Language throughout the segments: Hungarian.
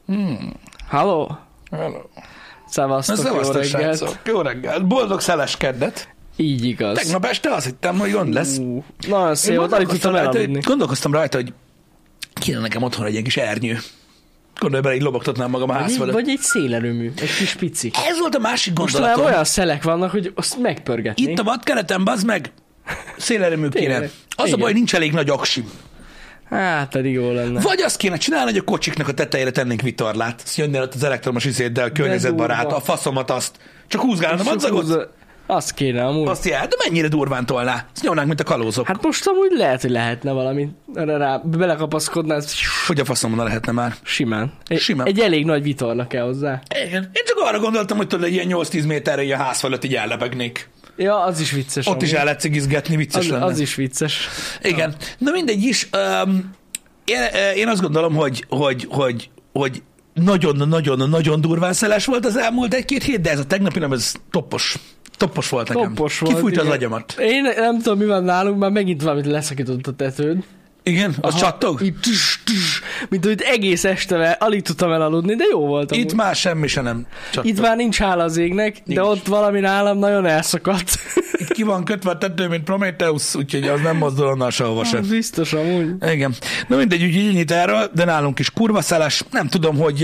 Halló? Hello. Szevasztok, jó reggelt. Jó reggelt. Boldog szeles keddet. Így igaz. Tegnap este azt hittem, hogy gond lesz. Nagyon szép volt, alig tudtam elaludni. Gondolkoztam rajta, hogy kéne nekem otthon egy ilyen kis ernyő. Gondolj bele, így lobogtatnám magam a ház fölött. Vagy egy szélerőmű, egy kis pici. Ez volt a másik gondolatom. Most már olyan szelek vannak, hogy azt megpörgetni. Itt a vadkeretem, bazd meg, szélerőmű kéne. Az a baj, nincs elég nagy aksim. Hát, pedig jó lenne. Vagy azt kéne csinálni, hogy a kocsiknak a tetejére tennénk vitorlát. Azt jönnél ott az elektromos izéddel, környezetbarát, a faszomat azt. Csak húzgálna a madzagot. Azt kéne amúgy. Azt jár, de mennyire durván tolná. Azt nyomnánk, mint a kalózok. Hát most amúgy lehet, hogy lehetne valami. Rá belekapaszkodnál. Hogy a faszomban lehetne már? Simán. Simán. Egy elég nagy vitorla kell hozzá. Igen. Én csak arra gondoltam, hogy tudod, egy ilyen 8-10 méterre ilyen ház fölött így ellebegnék. Ja, az is vicces. Ott is el lehet cigizgetni, vicces lenne. Az is vicces. Igen. Na mindegy is. Én azt gondolom, hogy nagyon durván szeles volt az elmúlt egy-két hét, de ez a tegnapi nem, ez toppos volt nekem. Toppos volt, kifújta az agyamat. Én nem tudom, mi van nálunk, már megint valamit leszakított a tetőn. Igen? Az csattog? Így mint hogy egész este alig tudtam elaludni, de jó volt. Itt már semmi se nem csattog. Itt már nincs hála az égnek, de ott valami nálam nagyon elszakadt. Itt ki van kötve a tető, mint Prometheus, úgyhogy az nem mozdul onnan sehova sem. Biztos amúgy. Igen. Na mindegy, úgyhogy ennyit erről, de nálunk is kurva szeles. Nem tudom, hogy...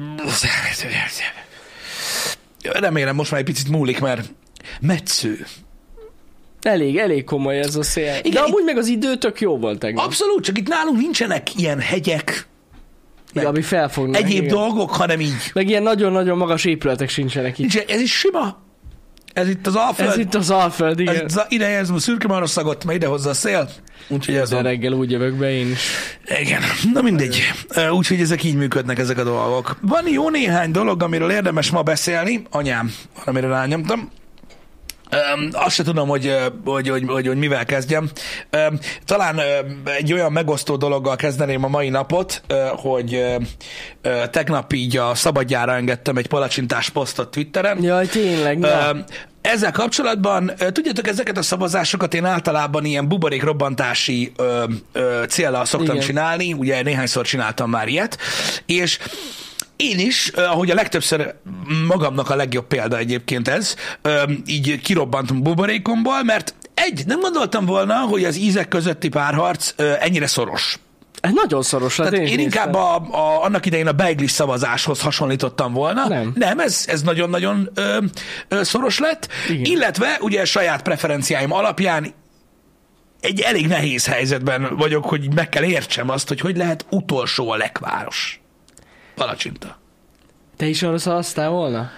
Remélem most már egy picit múlik, mert metsző. Elég komoly ez a szél. Igen, de amúgy meg az idő tök jó volt tegnap. Abszolút, csak itt nálunk nincsenek ilyen hegyek, igen, ami felfognak. Egyéb igen. dolgok, hanem így. Meg ilyen nagyon-nagyon magas épületek sincsenek itt. Ez is sima. Ez itt az Alföld. Ez itt az Alföld, igen. Ide érzem a szürke maroszagot, mert ide hozza a szél. Úgyhogy ez de reggel úgy jövök be én is. Igen, na mindegy. Úgyhogy ezek így működnek, ezek a dolgok. Van jó néhány dolog, amiről érdemes ma beszélni. Anyám, amire rányomtam. Azt se tudom, hogy mivel kezdjem. Talán egy olyan megosztó dologgal kezdeném a mai napot, hogy tegnap így a szabadjára engedtem egy palacsintás posztot Twitteren. Jaj, tényleg. Ezzel kapcsolatban, tudjátok, ezeket a szavazásokat én általában ilyen buborékrobbantási céllal szoktam csinálni, ugye néhányszor csináltam már ilyet, és én is, ahogy a legtöbbször magamnak a legjobb példa egyébként ez, így kirobbantam buborékomból, mert nem gondoltam volna, hogy az ízek közötti párharc ennyire szoros. Nagyon szoros. Tehát én inkább annak idején a beiglis szavazáshoz hasonlítottam volna. Nem, ez nagyon-nagyon szoros lett. Igen. Illetve ugye saját preferenciáim alapján egy elég nehéz helyzetben vagyok, hogy meg kell értsem azt, hogy lehet utolsó a lekváros. Palacsinta. Te is arra szavaztál volna?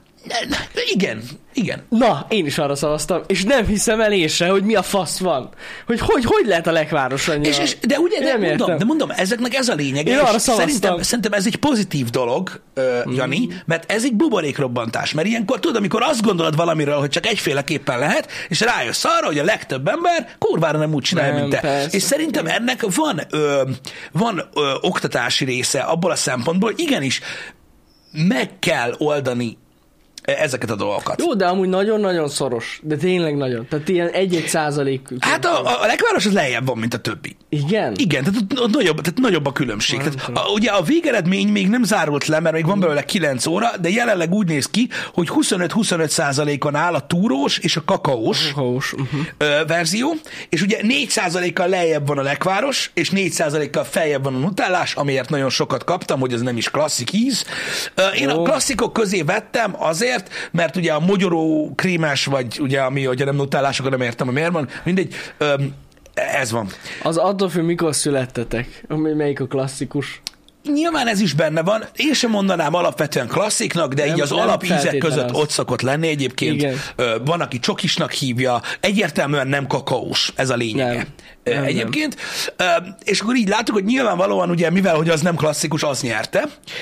Igen. Na, én is arra szavaztam, és nem hiszem el én se, hogy mi a fasz van. Hogy lehet a lekváros annyira? De ugye, mondom, ezeknek ez a lényeg. Én arra szavaztam. Szerintem ez egy pozitív dolog, Jani, mert ez egy buborékrobbantás. Mert ilyenkor tudod, amikor azt gondolod valamiről, hogy csak egyféleképpen lehet, és rájössz arra, hogy a legtöbb ember kurvára nem úgy csinálja, mint te. Persze. És szerintem ennek van oktatási része abból a szempontból, hogy igenis meg kell oldani ezeket a dolgokat. Jó, de amúgy nagyon-nagyon szoros. De tényleg nagyon. Tehát ilyen 1%. Hát a lekváros az lejjebb van, mint a többi. Igen? Igen, tehát nagyobb a különbség. Ugye a végeredmény még nem zárult le, mert még van belőle 9 óra, de jelenleg úgy néz ki, hogy 25-25%-on áll a túrós és a kakaós verzió, és ugye 4%-kal lejjebb van a lekváros, és 4%-kal feljebb van a nutellás, amiért nagyon sokat kaptam, hogy ez nem is klasszik íz. Én a klasszikok közé vettem azért, mert ugye a mogyoró krémes, vagy ugye ami, hogyha nem nutellás, akkor nem értem, hogy miért van. Mindegy, ez van. Az attól függ, mikor születtetek, melyik a klasszikus. Nyilván ez is benne van. Én sem mondanám alapvetően klassziknak, de így az alapízek között ott szokott lenni egyébként. Igen. Van, aki csokisnak hívja, egyértelműen nem kakaós, ez a lényege. Nem. Egyébként. És akkor így láttuk, hogy nyilvánvalóan ugye, mivel hogy az nem klasszikus, az nyerte.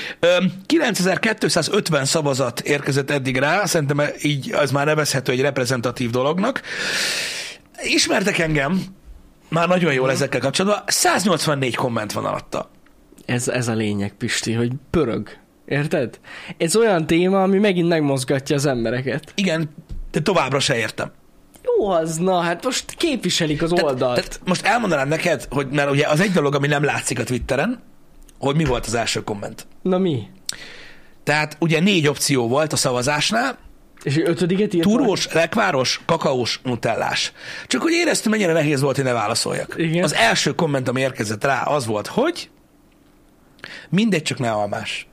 9250 szavazat érkezett eddig rá, szerintem így az már nevezhető egy reprezentatív dolognak. Ismertek engem, már nagyon jól ezekkel kapcsolatban, 184 komment van alatta. Ez a lényeg, Pisti, hogy pörög. Érted? Ez olyan téma, ami megint megmozgatja az embereket. Igen, de továbbra se értem. Jó az, na, hát most képviselik az oldalt. Tehát most elmondanám neked, hogy mert ugye az egy dolog, ami nem látszik a Twitteren, hogy mi volt az első komment. Na mi? Tehát ugye 4 opció volt a szavazásnál, és 5-et írt? Túrós, lekváros, kakaós, nutellás. Csak hogy éreztem, mennyire nehéz volt, hogy ne válaszoljak. Igen. Az első komment, ami érkezett rá, az volt, hogy mindegy, csak ne almás.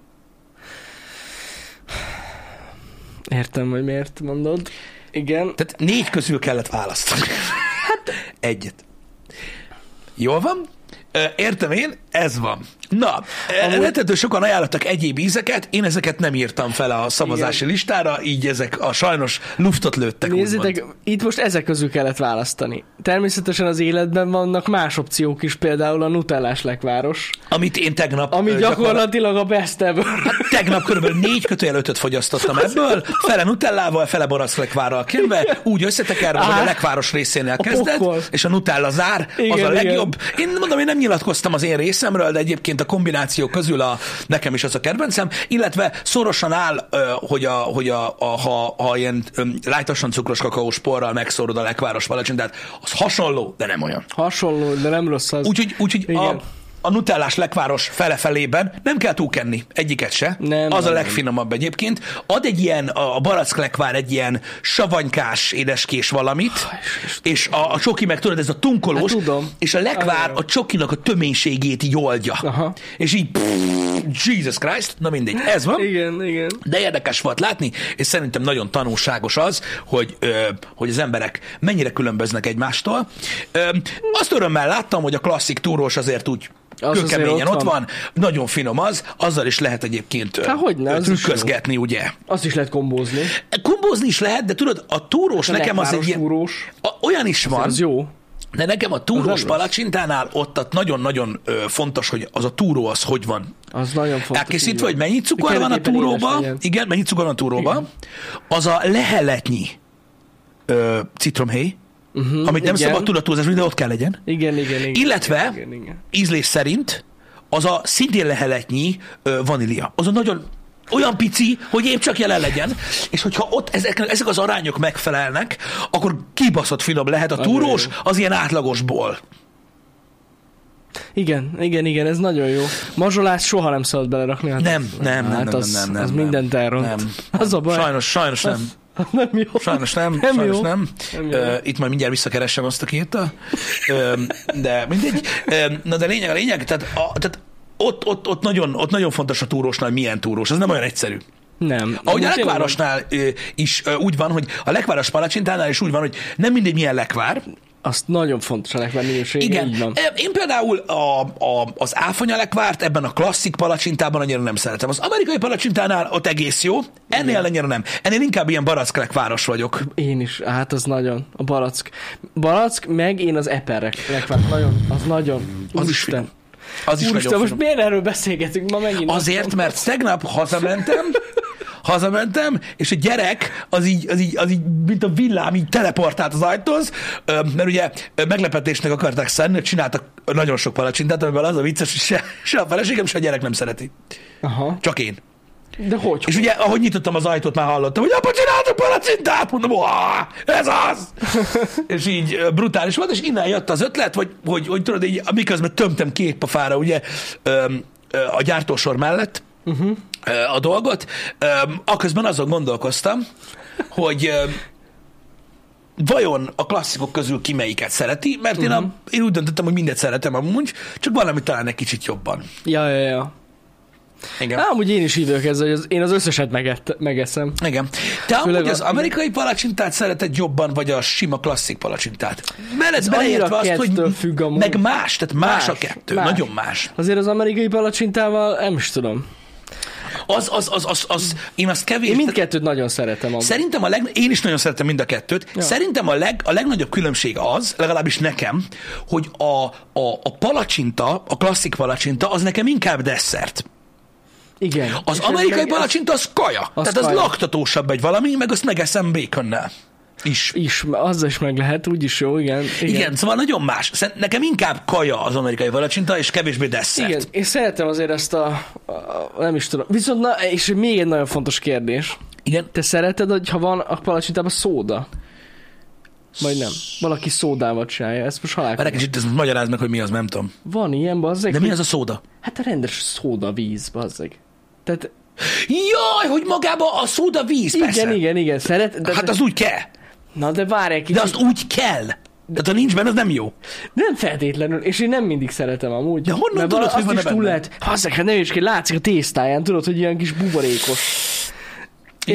Értem, hogy miért mondod. Igen. Tehát 4 közül kellett választani. Hát egyet. Jól van? Értem én, ez van. Na, rettető sokan ajánlottak egyéb ízeket, én ezeket nem írtam fel a szavazási listára, így ezek a sajnos luftot lőttek. Nézzétek, itt most ezek közül kellett választani. Természetesen az életben vannak más opciók is, például a nutellás lekváros. Amit én tegnap... Ami gyakorlatilag a best ever. Hát tegnap körülbelül 4/5-öt fogyasztottam ebből, fele nutellával, fele barackslekvárral kenve, úgy összetekerve, hogy a lekváros részénél kezded, és a nutella zár, igen, az a legjobb. Igen. Én mondom, én nem nyilatkoztam az én részemről, de egyébként a kombináció közül nekem is az a kedvencem, illetve szorosan áll, ha ilyen lájtosan cukros kakaós porral megszórod a lekváros palacsintát, az hasonló, de nem olyan. Hasonló, de nem rossz az. Úgyhogy a nutellás lekváros fele-felében nem kell túlkenni, egyiket se. Nem, az a legfinomabb egyébként. Ad egy ilyen, a baracklekvár egy ilyen savanykás, édeskés valamit, és a csoki meg tudod, ez a tunkolós, és a lekvár a csokinak a töménységét így oldja. Aha. És így Jesus Christ, na mindegy, ez van. Igen. De érdekes volt látni, és szerintem nagyon tanulságos az, hogy az emberek mennyire különböznek egymástól. Azt örömmel láttam, hogy a klasszik túrós azért úgy kőkeményen ott van, nagyon finom az, azzal is lehet egyébként trükközgetni, ugye? Azt is lehet kombózni. Kombózni is lehet, de tudod, a túrós nekem az egy ilyen... Olyan is van. Az jó. De nekem a túrós palacsintánál ott nagyon-nagyon fontos, hogy az a túró az hogy van. Az nagyon fontos. Elkészítve, hogy mennyi cukor van a túróba. Igen, mennyi cukor van a túróba. Igen. Az a leheletnyi citromhéj, amit nem szabad tudatúzás, de ott kell legyen. Igen. Illetve ízlés szerint az a szintén leheletnyi vanília. Az a nagyon olyan pici, hogy épp csak jelen legyen, és hogyha ott ezek az arányok megfelelnek, akkor kibaszott finom lehet a túrós az ilyen átlagosból. Igen, ez nagyon jó. Mazsolást soha nem szabad belerakni. Nem. Az mindent elront. Nem. Az a baj. Sajnos nem. Nem jó. Sajnos nem. Itt majd mindjárt visszakeressem azt, aki írta. De mindegy. Na de lényeg, tehát ott nagyon fontos a túrósnál, milyen túrós. Ez nem olyan egyszerű. Nem. Ahogy a lekvárosnál is úgy van, hogy a lekváros palacsintánál is úgy van, hogy nem mindegy milyen lekvár. Azt nagyon fontos a lekvár minősége. Igen. Így van. Én például az áfonya lekvárt ebben a klasszik palacsintában annyira nem szeretem. Az amerikai palacsintánál ott egész jó, ennél annyira nem. Ennél inkább ilyen baracklekváros vagyok. Én is, hát az nagyon. A barack, meg én az eper lekvár. Az nagyon. Az is finom. Az is Úristen, most miért erről beszélgetünk ma megint? Azért, mert tegnap hazamentem, és a gyerek az így, mint a villám, így teleportált az ajtóhoz, mert ugye meglepetésnek akarták szenni, hogy csináltak nagyon sok palacsintát, amivel az a vicces, hogy se a feleségem, se a gyerek nem szereti. Aha. Csak én. De hogy? És ugye, ahogy nyitottam az ajtót, már hallottam, hogy apa, csináltak palacsintát! Mondom, ez az! És így brutális volt, és innen jött az ötlet, hogy tudod, így, miközben tömtem 2 pofára, ugye, a gyártósor mellett a dolgot, aközben azon gondolkoztam, hogy vajon a klasszikok közül ki melyiket szereti, mert én úgy döntöttem, hogy mindet szeretem amúgy, csak valami talán egy kicsit jobban. Ja. Igen. Amúgy én is így vagyok ezzel, hogy én az összeset megeszem. Igen. Te amúgy az amerikai palacsintát szereted jobban, vagy a sima klasszik palacsintát? Mert beleértve azt, hogy függ amúgy. Meg más, tehát más a kettő, nagyon más. Azért az amerikai palacsintával nem is tudom. Én azt kevés... Én mindkettőt nagyon szeretem. Amúgy. Szerintem én is nagyon szeretem mind a kettőt. Ja. Szerintem a legnagyobb különbség az, legalábbis nekem, hogy a palacsinta, a klasszik palacsinta, az nekem inkább desszert. Igen. Az amerikai palacsinta az kaja. Tehát az laktatósabb egy valami, meg azt megeszem baconnel. Is, azzal is meg lehet, úgyis jó, igen. Igen, szóval nagyon más. Nekem inkább kaja az amerikai palacsinta, és kevésbé desszert. Igen, én szeretem azért ezt nem is tudom. Viszont, és még egy nagyon fontos kérdés. Igen. Te szereted, hogyha van a palacsintában szóda? Vagy nem? Valaki szódával csinálja, ezt most halálkozom. Várj egy kicsit, ezt magyarázd meg, hogy mi az, nem tudom. Van ilyen, bazzeg. De mi az a szóda? Hát a rendes szóda víz, bazzeg. Tehát Jaj, hogy magába a szóda víz, persze. Igen. Hát az úgy kell. Na de várj egy kicsit. De azt úgy kell. Tehát ha nincs benne, az nem jó. Nem feltétlenül, és én nem mindig szeretem amúgy. De honnan tudod, hogy van túl lehet. Hazzák, hát nem is kell, látszik a tésztáján, tudod, hogy ilyen kis buborékos. Én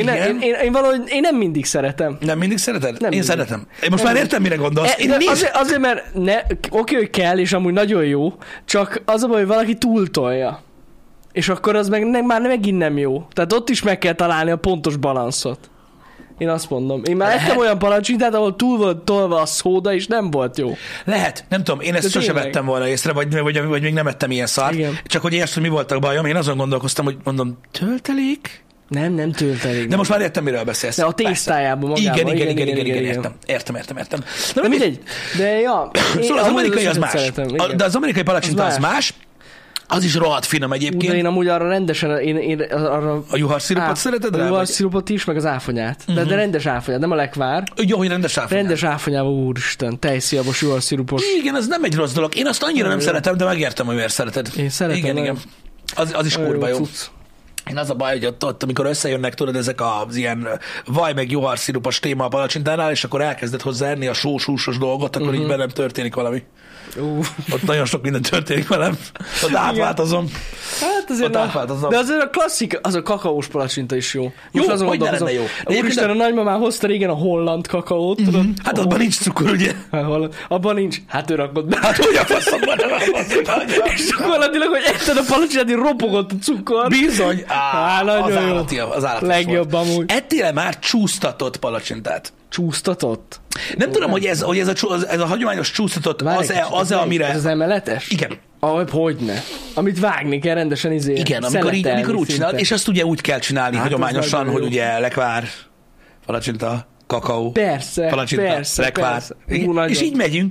nem mindig szeretem. Nem mindig szereted? Nem én mindig. Szeretem. Én most már értem, mire gondolsz. Azért, mert oké, hogy kell, és amúgy nagyon jó, csak az a baj, hogy valaki túltolja. És akkor az már megint nem jó. Tehát ott is meg kell találni a pontos balanszot. Én azt mondom. Én már ettem olyan palacsintát, ahol túl volt tolva a szóda, és nem volt jó. Lehet, nem tudom, én ezt sose vettem volna észre, vagy még nem ettem ilyen szart. Igen. Csak hogy értsd, hogy mi volt a bajom, én azon gondolkoztam, hogy mondom, töltelék? Nem töltelék. De most már értem, miről beszélsz. De a tésztájában magában. Igen, értem. De mindegy. De ja. Szóval az amerikai az más. De az amerikai palacsinta az más. Az is rohadt finom egyébként. De én amúgy arra rendesen, arra... A juharszirupot szereted? A juharszirupot is, meg az áfonyát. De rendes áfonyát, nem a lekvár. Jó, hogy rendes áfonyát. Rendes áfonyában, úristen, tejszilabos juharszirupos. Igen, az nem egy rossz dolog. Én azt annyira nem szeretem, de megértem, hogy miért szereted. Én szeretem. Igen. Az is kurva jó. Én az a baj, hogy ott, amikor összejönnek, tudod, ezek az ilyen vaj meg juharszirupos téma a palacsintánál, és akkor elkezded hozzá enni a sós-húsos dolgot, akkor így bennem történik valami. Ott nagyon sok minden történik velem. Ott átváltozom. Hát azért de azért a klasszik, az a kakaós palacsinta is jó. Most azon hogy lenne jó. Úristen, a nagymamám hozta régen a holland kakaót, tudod? Hát abban nincs cukor, ugye? Abban nincs. Hát ő rakott be. Hát hogy a faszomban nem és gyakorlatilag, hogy etted a palacsintát, így ropogott a cukor. Bizony. Nagyon jó. Az állati legjobb amúgy. Ettél már csúsztatott palacsintát? Csúsztatott? Nem tudom, hogy ez a hagyományos csúsztatott az-e, amire... Ez az emeletes? Igen. Hogyne. Amit vágni kell rendesen Igen, amikor úgy csinálod, és azt ugye úgy kell csinálni hagyományosan, hogy ugye lekvár, palacsinta, kakaó, palacsinta, lekvár. És így megyünk.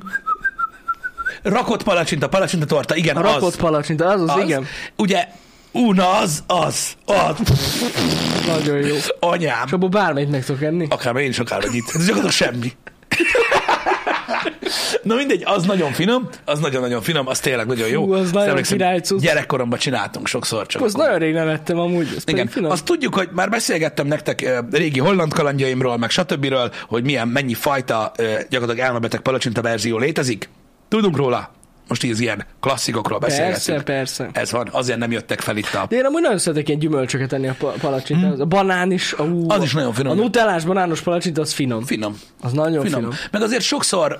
Rakott palacsinta torta, igen, a az. Rakott palacsinta, az, igen. Ugye, az. Nagyon jó. Anyám. És abból bármelyik meg tudok enni. Akár én is akármennyit. Ez gyakorlatilag semmi. Na mindegy, az nagyon finom, az tényleg nagyon jó. Az nagyon király cucc. Gyerekkoromban csináltunk sokszor. Csak azt nagyon rég nem ettem amúgy. Igen, azt tudjuk, hogy már beszélgettem nektek régi holland kalandjaimról, meg stb. Hogy mennyi fajta gyakorlatilag elmebeteg palacsinta verzió létezik. Tudunk róla? Most így ilyen klasszikokról beszélgetünk. Persze. Ez van, azért nem jöttek fel itt a... De én amúgy nagyon szeretek ilyen gyümölcsöket enni a palacsinta. A banán is. Az is nagyon finom. A nutellás banános palacsinta, az finom. Az nagyon finom. Meg azért sokszor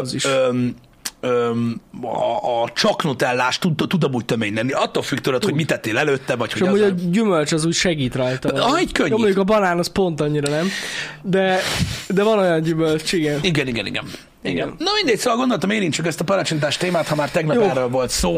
a csak nutellás tud amúgy tömény lenni. Attól függ tőled, hogy mit tettél előtte, vagy és hogy amúgy a gyümölcs az úgy segít rajta. Egy könnyű. Mondjuk a banán az pont annyira nem. De van olyan gyümölcs, igen. Igen. Na mindegy, szóval gondoltam érintsük ezt a palacsintás témát, ha már tegnap erről volt szó,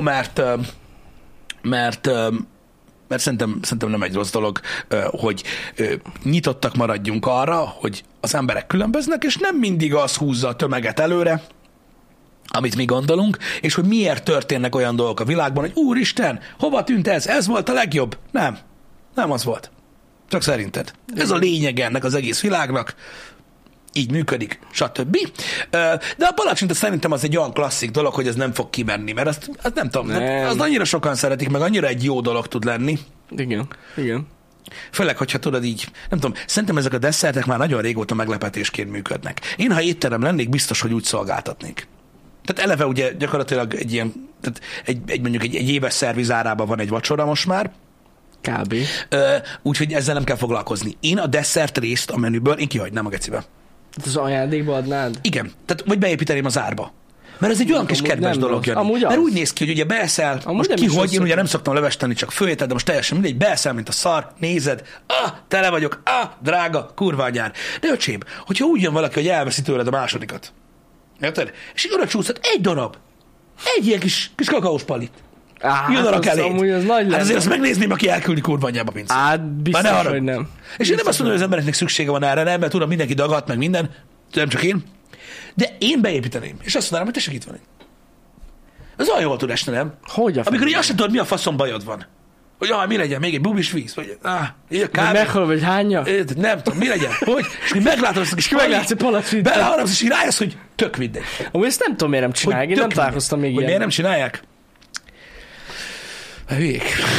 mert szerintem nem egy rossz dolog, hogy nyitottak maradjunk arra, hogy az emberek különböznek, és nem mindig az húzza a tömeget előre, amit mi gondolunk, és hogy miért történnek olyan dolgok a világban, hogy úristen, hova tűnt ez? Ez volt a legjobb? Nem az volt. Csak szerinted. Ez a lényeg ennek az egész világnak. Így működik, stb. De a palacsinta szerintem az egy olyan klasszik dolog, hogy ez nem fog kimenni, mert azt nem tudom, az annyira sokan szeretik, meg annyira egy jó dolog tud lenni. Igen. Főleg, hogyha tudod így, nem tudom, szerintem ezek a desszertek már nagyon régóta meglepetésként működnek. Én, ha étterem lennék, biztos, hogy úgy szolgáltatnék. Tehát eleve ugye gyakorlatilag egy ilyen, tehát mondjuk egy éves szerviz árában van egy vacsora most már. Kb. Úgyhogy ezzel nem kell foglalkozni. Én a desszert részt a menüből, én kihagynám a gecibe. Az ajándékba adnád? Igen, tehát vagy beépíteném az árba. Mert ez egy olyan kis kedves dolog, Jani. Mert úgy néz ki, hogy ugye beeszel, most kihogy, én ugye nem szoktam levest tenni, csak főétel, de most teljesen mindegy, beeszel, mint a szar, nézed, tele vagyok, drága, kurva anyár. De öcsém, hogyha úgy jön valaki, hogy elveszi tőled a másodikat, érted? És oda csúszhat egy darab, egy ilyen kis kakaós palit. Jön arra eléd. Hát azért azt megnézném, aki elküldi kurva anyába pincét. Biztos, hogy nem. És én nem azt mondom, hogy az embereknek szüksége van erre, nem, mert tudom, mindenki dagat, meg minden, nem csak én. De én beépíteném, és azt mondanám, hogy te segít van. Ez olyan jól tud esni, nem? Amikor így azt sem tudod, mi a faszom bajod van. Hogy mi legyen, még egy bubis víz, vagy így a kávé. Meghal, vagy hánya? Nem tudom, mi legyen. Hogy? És mi meglátod azt a kis meglátsz egy palacsintát. Beleharapsz, és így rájössz, hogy tök mindegy. Amúgy ezt nem tudom, miért nem csinálják. Én nem találkoztam még ilyen. Miért nem csinálják? Hülyék.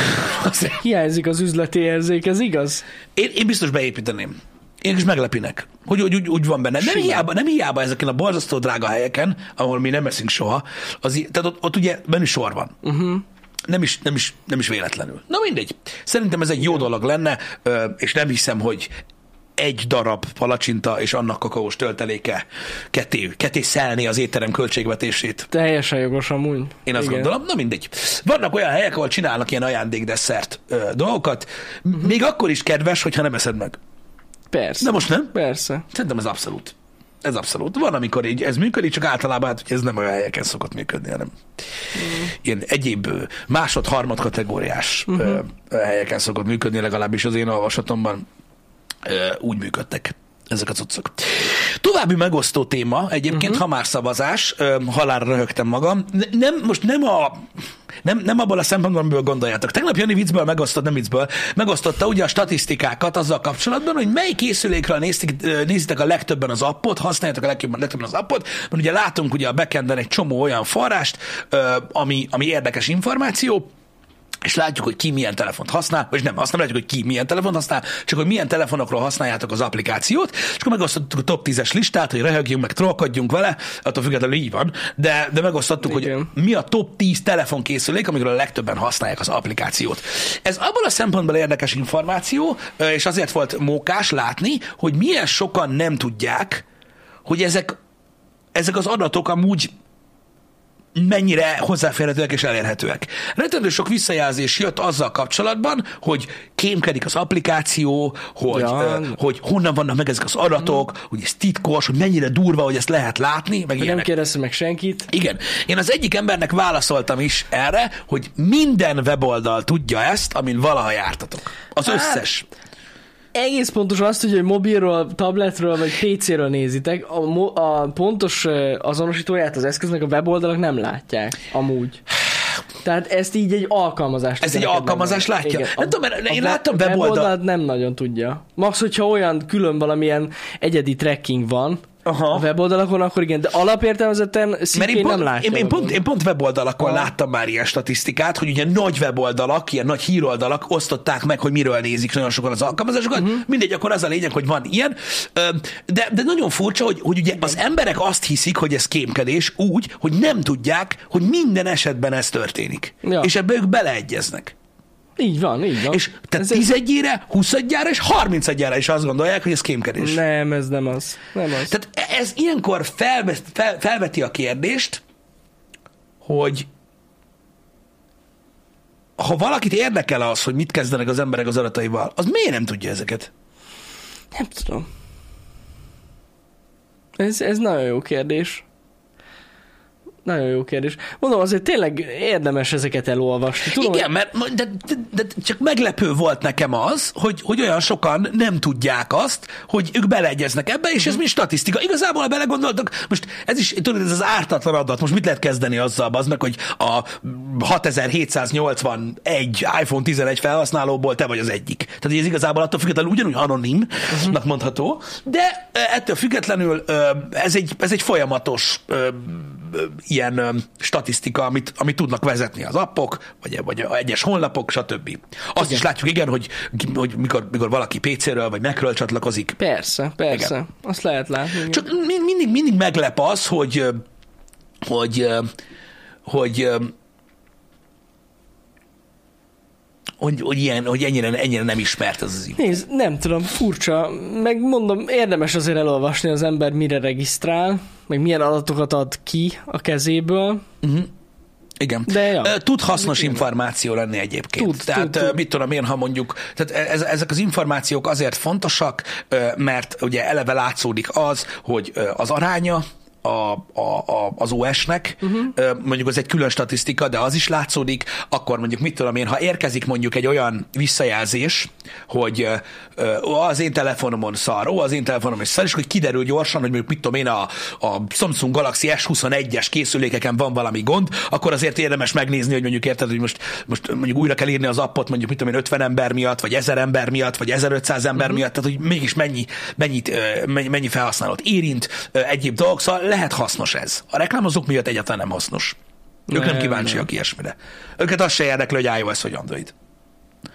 Hiányzik az üzleti érzék, ez igaz? Én biztos beépíteném. Én is meglepinek, hogy úgy van benne. Nem hiába ezeken a borzasztó drága helyeken, ahol mi nem eszünk soha, tehát ott ugye menüsor van. Nem is véletlenül. Na mindegy. Szerintem ez egy jó dolog lenne, és nem hiszem, hogy egy darab palacsinta és annak kakaós tölteléke ketté szelni az étterem költségvetését. Teljesen jogos amúgy. Én azt gondolom, na mindegy. Vannak olyan helyek, ahol csinálnak ilyen ajándékdesszert dolgokat, még akkor is kedves, hogyha nem eszed meg. Persze. De most nem? Persze. Szerintem ez abszolút. Ez abszolút. Van, amikor így ez működik, csak általában hát, hogy ez nem olyan helyeken szokott működni, hanem ilyen egyéb másod-harmad kategóriás helyeken szokott működni, legalábbis az én olvasatomban úgy működtek ezek a cuccok. További megosztó téma egyébként, ha már szavazás, halálra röhögtem magam. Nem abban a szempontból, amiből gondoljátok. Tegnap Jani megosztotta ugye a statisztikákat azzal kapcsolatban, hogy mely készülékről nézitek a legtöbben az appot, használjátok a legtöbben az appot, mert ugye látunk ugye a backenden egy csomó olyan forrást, ami érdekes információ, és látjuk, hogy ki milyen telefont használ, vagy nem, azt nem látjuk, hogy ki milyen telefont használ, csak hogy milyen telefonokról használjátok az applikációt, és akkor megosztottuk a top 10-es listát, hogy röhögjünk, meg trollkodjunk vele, attól függetlenül így van, de megosztottuk, igen, hogy mi a top 10 telefonkészülék, amikről a legtöbben használják az applikációt. Ez abban a szempontból érdekes információ, és azért volt mókás látni, hogy milyen sokan nem tudják, hogy ezek az adatok amúgy mennyire hozzáférhetőek és elérhetőek. Rendkívül sok visszajelzés jött azzal kapcsolatban, hogy kémkedik az applikáció, hogy honnan vannak meg ezek az adatok, hogy ez titkos, hogy mennyire durva, hogy ezt lehet látni, meg nem kérdeztem meg senkit. Igen. Én az egyik embernek válaszoltam is erre, hogy minden weboldal tudja ezt, amin valaha jártatok. Az összes. Egész pontosan azt tudja, hogy mobilról, tabletről vagy PC-ről nézitek, a pontos azonosítóját az eszköznek a weboldalak nem látják, amúgy. Tehát ezt így egy alkalmazást. Ez egy alkalmazás látja? Igen. Nem tudom, mert én láttam weboldalt. Nem nagyon tudja. Max, hogyha olyan külön valamilyen egyedi tracking van, a weboldalakon, akkor igen, de alapértelmezetten szintén nem látja. Én pont weboldalakon láttam már ilyen statisztikát, hogy ugye nagy weboldalak, ilyen nagy híroldalak osztották meg, hogy miről nézik nagyon sokan az alkalmazásokat. Mindegy, akkor az a lényeg, hogy van ilyen. De nagyon furcsa, hogy ugye az emberek azt hiszik, hogy ez kémkedés úgy, hogy nem tudják, hogy minden esetben ez történik. Ja. És ebbe ők beleegyeznek. Így van. És tehát 11-ére, 20-jára és 30-jára is azt gondolják, hogy ez kémkedés. Nem, ez nem az. Tehát ez ilyenkor felveti a kérdést, hogy ha valakit érdekel az, hogy mit kezdenek az emberek az adataival, az miért nem tudja ezeket? Nem tudom. Ez nagyon jó kérdés. Nagyon jó kérdés. Mondom, azért tényleg érdemes ezeket elolvasni. Tudom, igen, de csak meglepő volt nekem az, hogy olyan sokan nem tudják azt, hogy ők beleegyeznek ebbe, és ez mind statisztika. Igazából, ha belegondoltak, most ez is, tudod, ez az ártatlan adat, most mit lehet kezdeni azzal, az meg, hogy a 6781 iPhone 11 felhasználóból te vagy az egyik. Tehát ez igazából attól függetlenül ugyanúgy anonimnak mondható, de ettől függetlenül ez egy folyamatos ilyen statisztika, amit tudnak vezetni az appok, vagy egyes honlapok, stb. Azt is látjuk, igen, hogy mikor valaki PC-ről vagy Mac-ről csatlakozik. Persze. Igen. Azt lehet látni. Igen. Csak mindig meglep az, hogy ennyire nem ismert az info. Nézd, nem tudom, furcsa. Meg mondom, érdemes azért elolvasni az ember, mire regisztrál, meg milyen adatokat ad ki a kezéből. Igen. De ja. Tud hasznos információ lenni egyébként. Tehát mit tudom én, ha mondjuk, tehát ezek az információk azért fontosak, mert ugye eleve látszódik az, hogy az aránya az OS-nek, mondjuk az egy külön statisztika, de az is látszódik, akkor mondjuk mit tudom én, ha érkezik mondjuk egy olyan visszajelzés, hogy az én telefonomon szar, az én telefonomon szar, és hogy kiderül gyorsan, hogy mondjuk mit tudom én, a Samsung Galaxy S21-es készülékeken van valami gond, akkor azért érdemes megnézni, hogy mondjuk érted, hogy most mondjuk újra kell írni az appot, mondjuk mit tudom én, 50 ember miatt, vagy 1000 ember miatt, vagy 1500 ember miatt, tehát hogy mégis mennyi felhasználót érint, egyéb dolgok, szóval lehet hasznos ez. A reklámozók miatt egyáltalán nem hasznos. Ők nem kíváncsiak ilyesmire. Őket az se érdekli, hogy iOS vagy Android.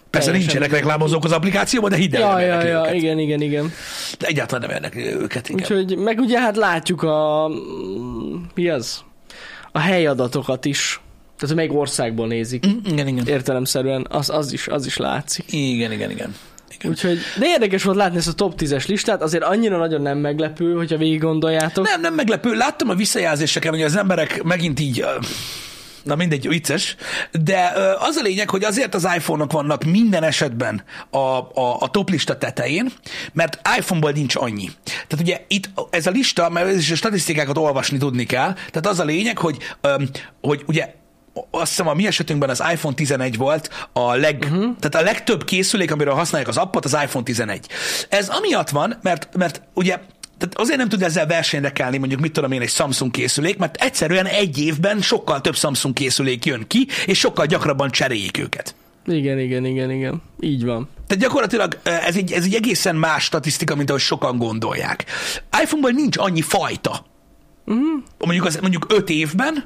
Persze nincsenek reklámozók az applikációban, de hidd el, nem érdekli őket. Igen. De egyáltalán nem érdekli őket. Igen. Úgyhogy, meg ugye hát látjuk mi az? A helyadatokat is. Tehát, hogy melyik országból nézik. Igen. Értelemszerűen az is látszik. Igen. Úgyhogy, de érdekes volt látni ezt a top 10-es listát, azért annyira nagyon nem meglepő, hogyha végig gondoljátok. Nem meglepő. Láttam a visszajelzéseken, hogy az emberek megint így... Na mindegy, vicces, de az a lényeg, hogy azért az iPhone-ok vannak minden esetben a top lista tetején, mert iPhone-ból nincs annyi. Tehát ugye itt ez a lista, mert a statisztikákat olvasni tudni kell, tehát az a lényeg, hogy ugye azt hiszem a mi esetünkben az iPhone 11 volt tehát a legtöbb készülék, amiről használják az appot, az iPhone 11. Ez amiatt van, mert ugye tehát azért nem tud ezzel versenyre kelni, mondjuk mit tudom én, egy Samsung készülék, mert egyszerűen egy évben sokkal több Samsung készülék jön ki, és sokkal gyakrabban cseréljék őket. Igen. Így van. Tehát gyakorlatilag ez egy egészen más statisztika, mint ahogy sokan gondolják. iPhone-ból nincs annyi fajta. Mondjuk 5 évben.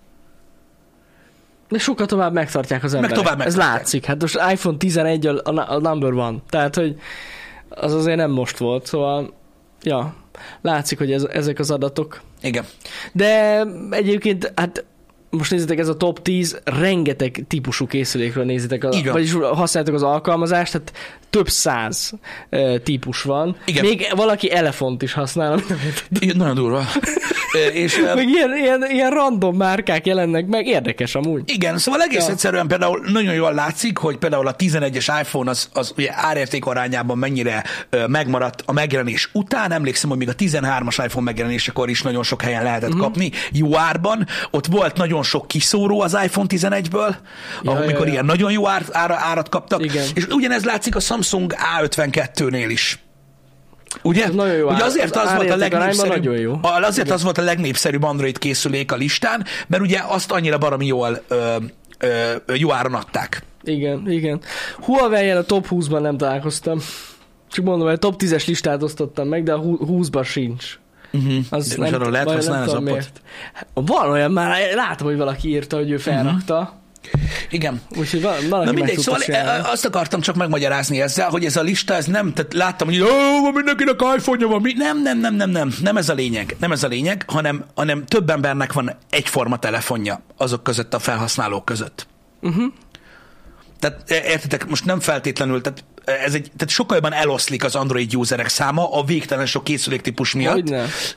De sokkal tovább megtartják az emberek. Ez látszik. Hát most iPhone 11 a number one. Tehát, hogy az azért nem most volt, szóval ja, látszik, hogy ezek az adatok. Igen. De egyébként, hát most nézzétek, ez a top 10, rengeteg típusú készülékről nézzétek, vagyis használjátok az alkalmazást, tehát több 100 típus van. Igen. Még valaki elefont is használ. Igen, nagyon durva. És, meg ilyen random márkák jelennek meg, érdekes amúgy. Igen, szóval egész egyszerűen például nagyon jól látszik, hogy például a 11-es iPhone az ugye árérték arányában mennyire megmaradt a megjelenés után. Emlékszem, hogy még a 13-as iPhone megjelenésekor is nagyon sok helyen lehetett kapni, jó árban. Ott volt nagyon sok kiszóró az iPhone 11-ből, amikor ilyen nagyon jó árat kaptak. Igen. És ugyanez látszik a Samsung A52-nél is. Ugye? Ugye azért az volt a legnépszerűbb, az volt a legnépszerűbb Android készülék a listán, mert ugye azt annyira baromi jól jó áron adták. Igen. Huawei-jel a top 20-ban nem találkoztam. Csak mondom, hogy a top 10-es listát osztottam meg, de a 20-ban sincs. Az most arról lehet használni az appot? Van olyan, már látom, hogy valaki írta, hogy ő felrakta. Igen. Úgyhogy valaki. Na mindegy, szóval azt akartam csak megmagyarázni ezzel, hogy ez a lista, ez nem, tehát láttam, hogy mindenkinek iPhone-ja van, nem ez a lényeg, hanem több embernek van egyforma telefonja azok között, a felhasználók között. Tehát értitek, most nem feltétlenül, tehát sokkal jobban eloszlik az Android userek száma a végtelen sok készüléktípus miatt.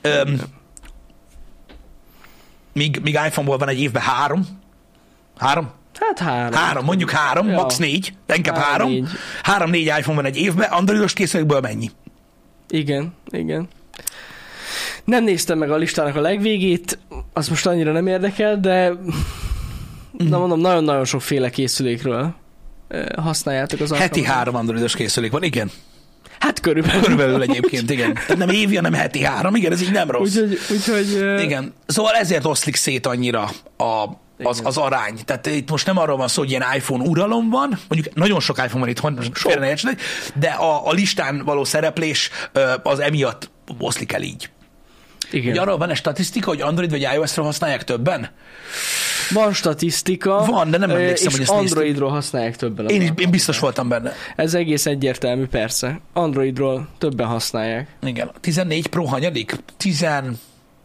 Míg iPhone-ból van egy évben 3. Hát 3. Mondjuk 3, max 4, de inkább 3. 3-4 iPhone van egy évben, androidos készülékből mennyi? Igen. Nem néztem meg a listának a legvégét, azt most annyira nem érdekel, de na mondom, nagyon-nagyon sokféle készülékről használjátok az alkalmat. Heti 3 androidos készülék van, igen. Hát körülbelül. Körülbelül egyébként, igen. Tehát nem évi, hanem heti 3, igen, ez így nem rossz. Úgyhogy igen, szóval ezért oszlik szét annyira az arány. Tehát itt most nem arról van szó, hogy ilyen iPhone uralom van, mondjuk nagyon sok iPhone van itthon, de a listán való szereplés az emiatt oszlik el így. Igen. Ugye arról van egy statisztika, hogy Android vagy iOS-ról használják többen? Van statisztika, van, de nem emlékszem, hogy ezt Androidról használják többen. Én biztos voltam benne. Ez egész egyértelmű, persze. Androidról többen használják. Igen. 14 Pro hanyadik? 13?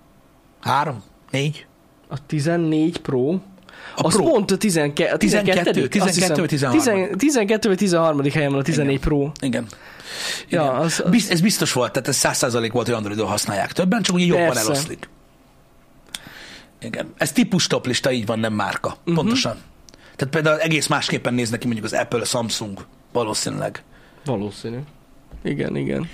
4? A 14 Pro? Az pont a 12 vagy 13. helyen van a 14 Pro. Igen. Ja, ez biztos volt, tehát ez 100% volt, hogy Androidról használják többen, csak ugye jobban eloszlik. Igen. Ez típus top lista, így van, nem márka. Pontosan. Tehát például egész másképpen néznek ki mondjuk az Apple, a Samsung. Valószínűleg. Valószínű. Igen.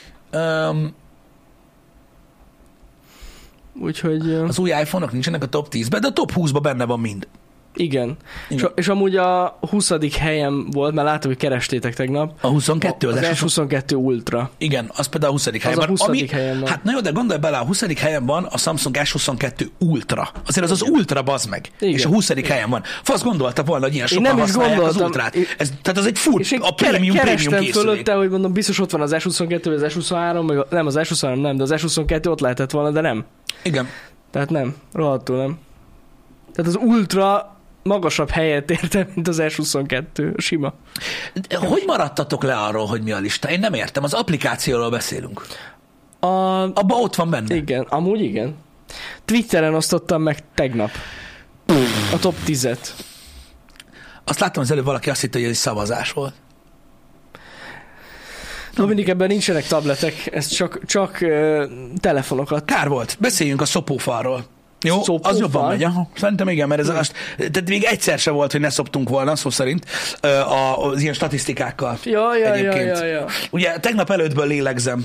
Úgyhogy... Az új iPhone-ok nincsenek a top 10-ben, de a top 20-ban benne van mind. Igen. És amúgy a 20. helyen volt, mert látom, hogy kerestétek tegnap. A 22? Az S22 Ultra. Igen, az például a 20. helyen van. Az a 20. helyen van. Hát na jó, de gondolj bele, a 20. helyen van a Samsung S22 Ultra. Azért az Ultra, bazd meg. Igen. És a 20. helyen van. Fasz gondolta volna, hogy ilyen sokan használják az Ultrát. Tehát az egy full, a prémium készülék. Fölötte, hogy mondom, biztos ott van az S22, vagy az S23, nem, az S23 nem, de az S22 ott lehetett volna, de nem. Igen. Tehát nem, rohadtul nem. Tehát az Ultra magasabb helyet érte, mint az S22 sima. Hogy maradtatok le arról, hogy mi a lista? Én nem értem. Az applikációról beszélünk. Abba ott van benne. Igen, amúgy igen. Twitteren osztottam meg tegnap a top 10-et. Azt láttam az előbb, valaki azt hitte, hogy ez egy szavazás volt. Dominik, ebben nincsenek tabletek, ez csak telefonokat. Kár volt. Beszéljünk a szopófalról. Jó, Szopófal? Az jobban megy. Szerintem igen, mert tehát még egyszer se volt, hogy ne szoptunk volna, szó szerint, az ilyen statisztikákkal. Ja. Ugye tegnap előttből lélegzem.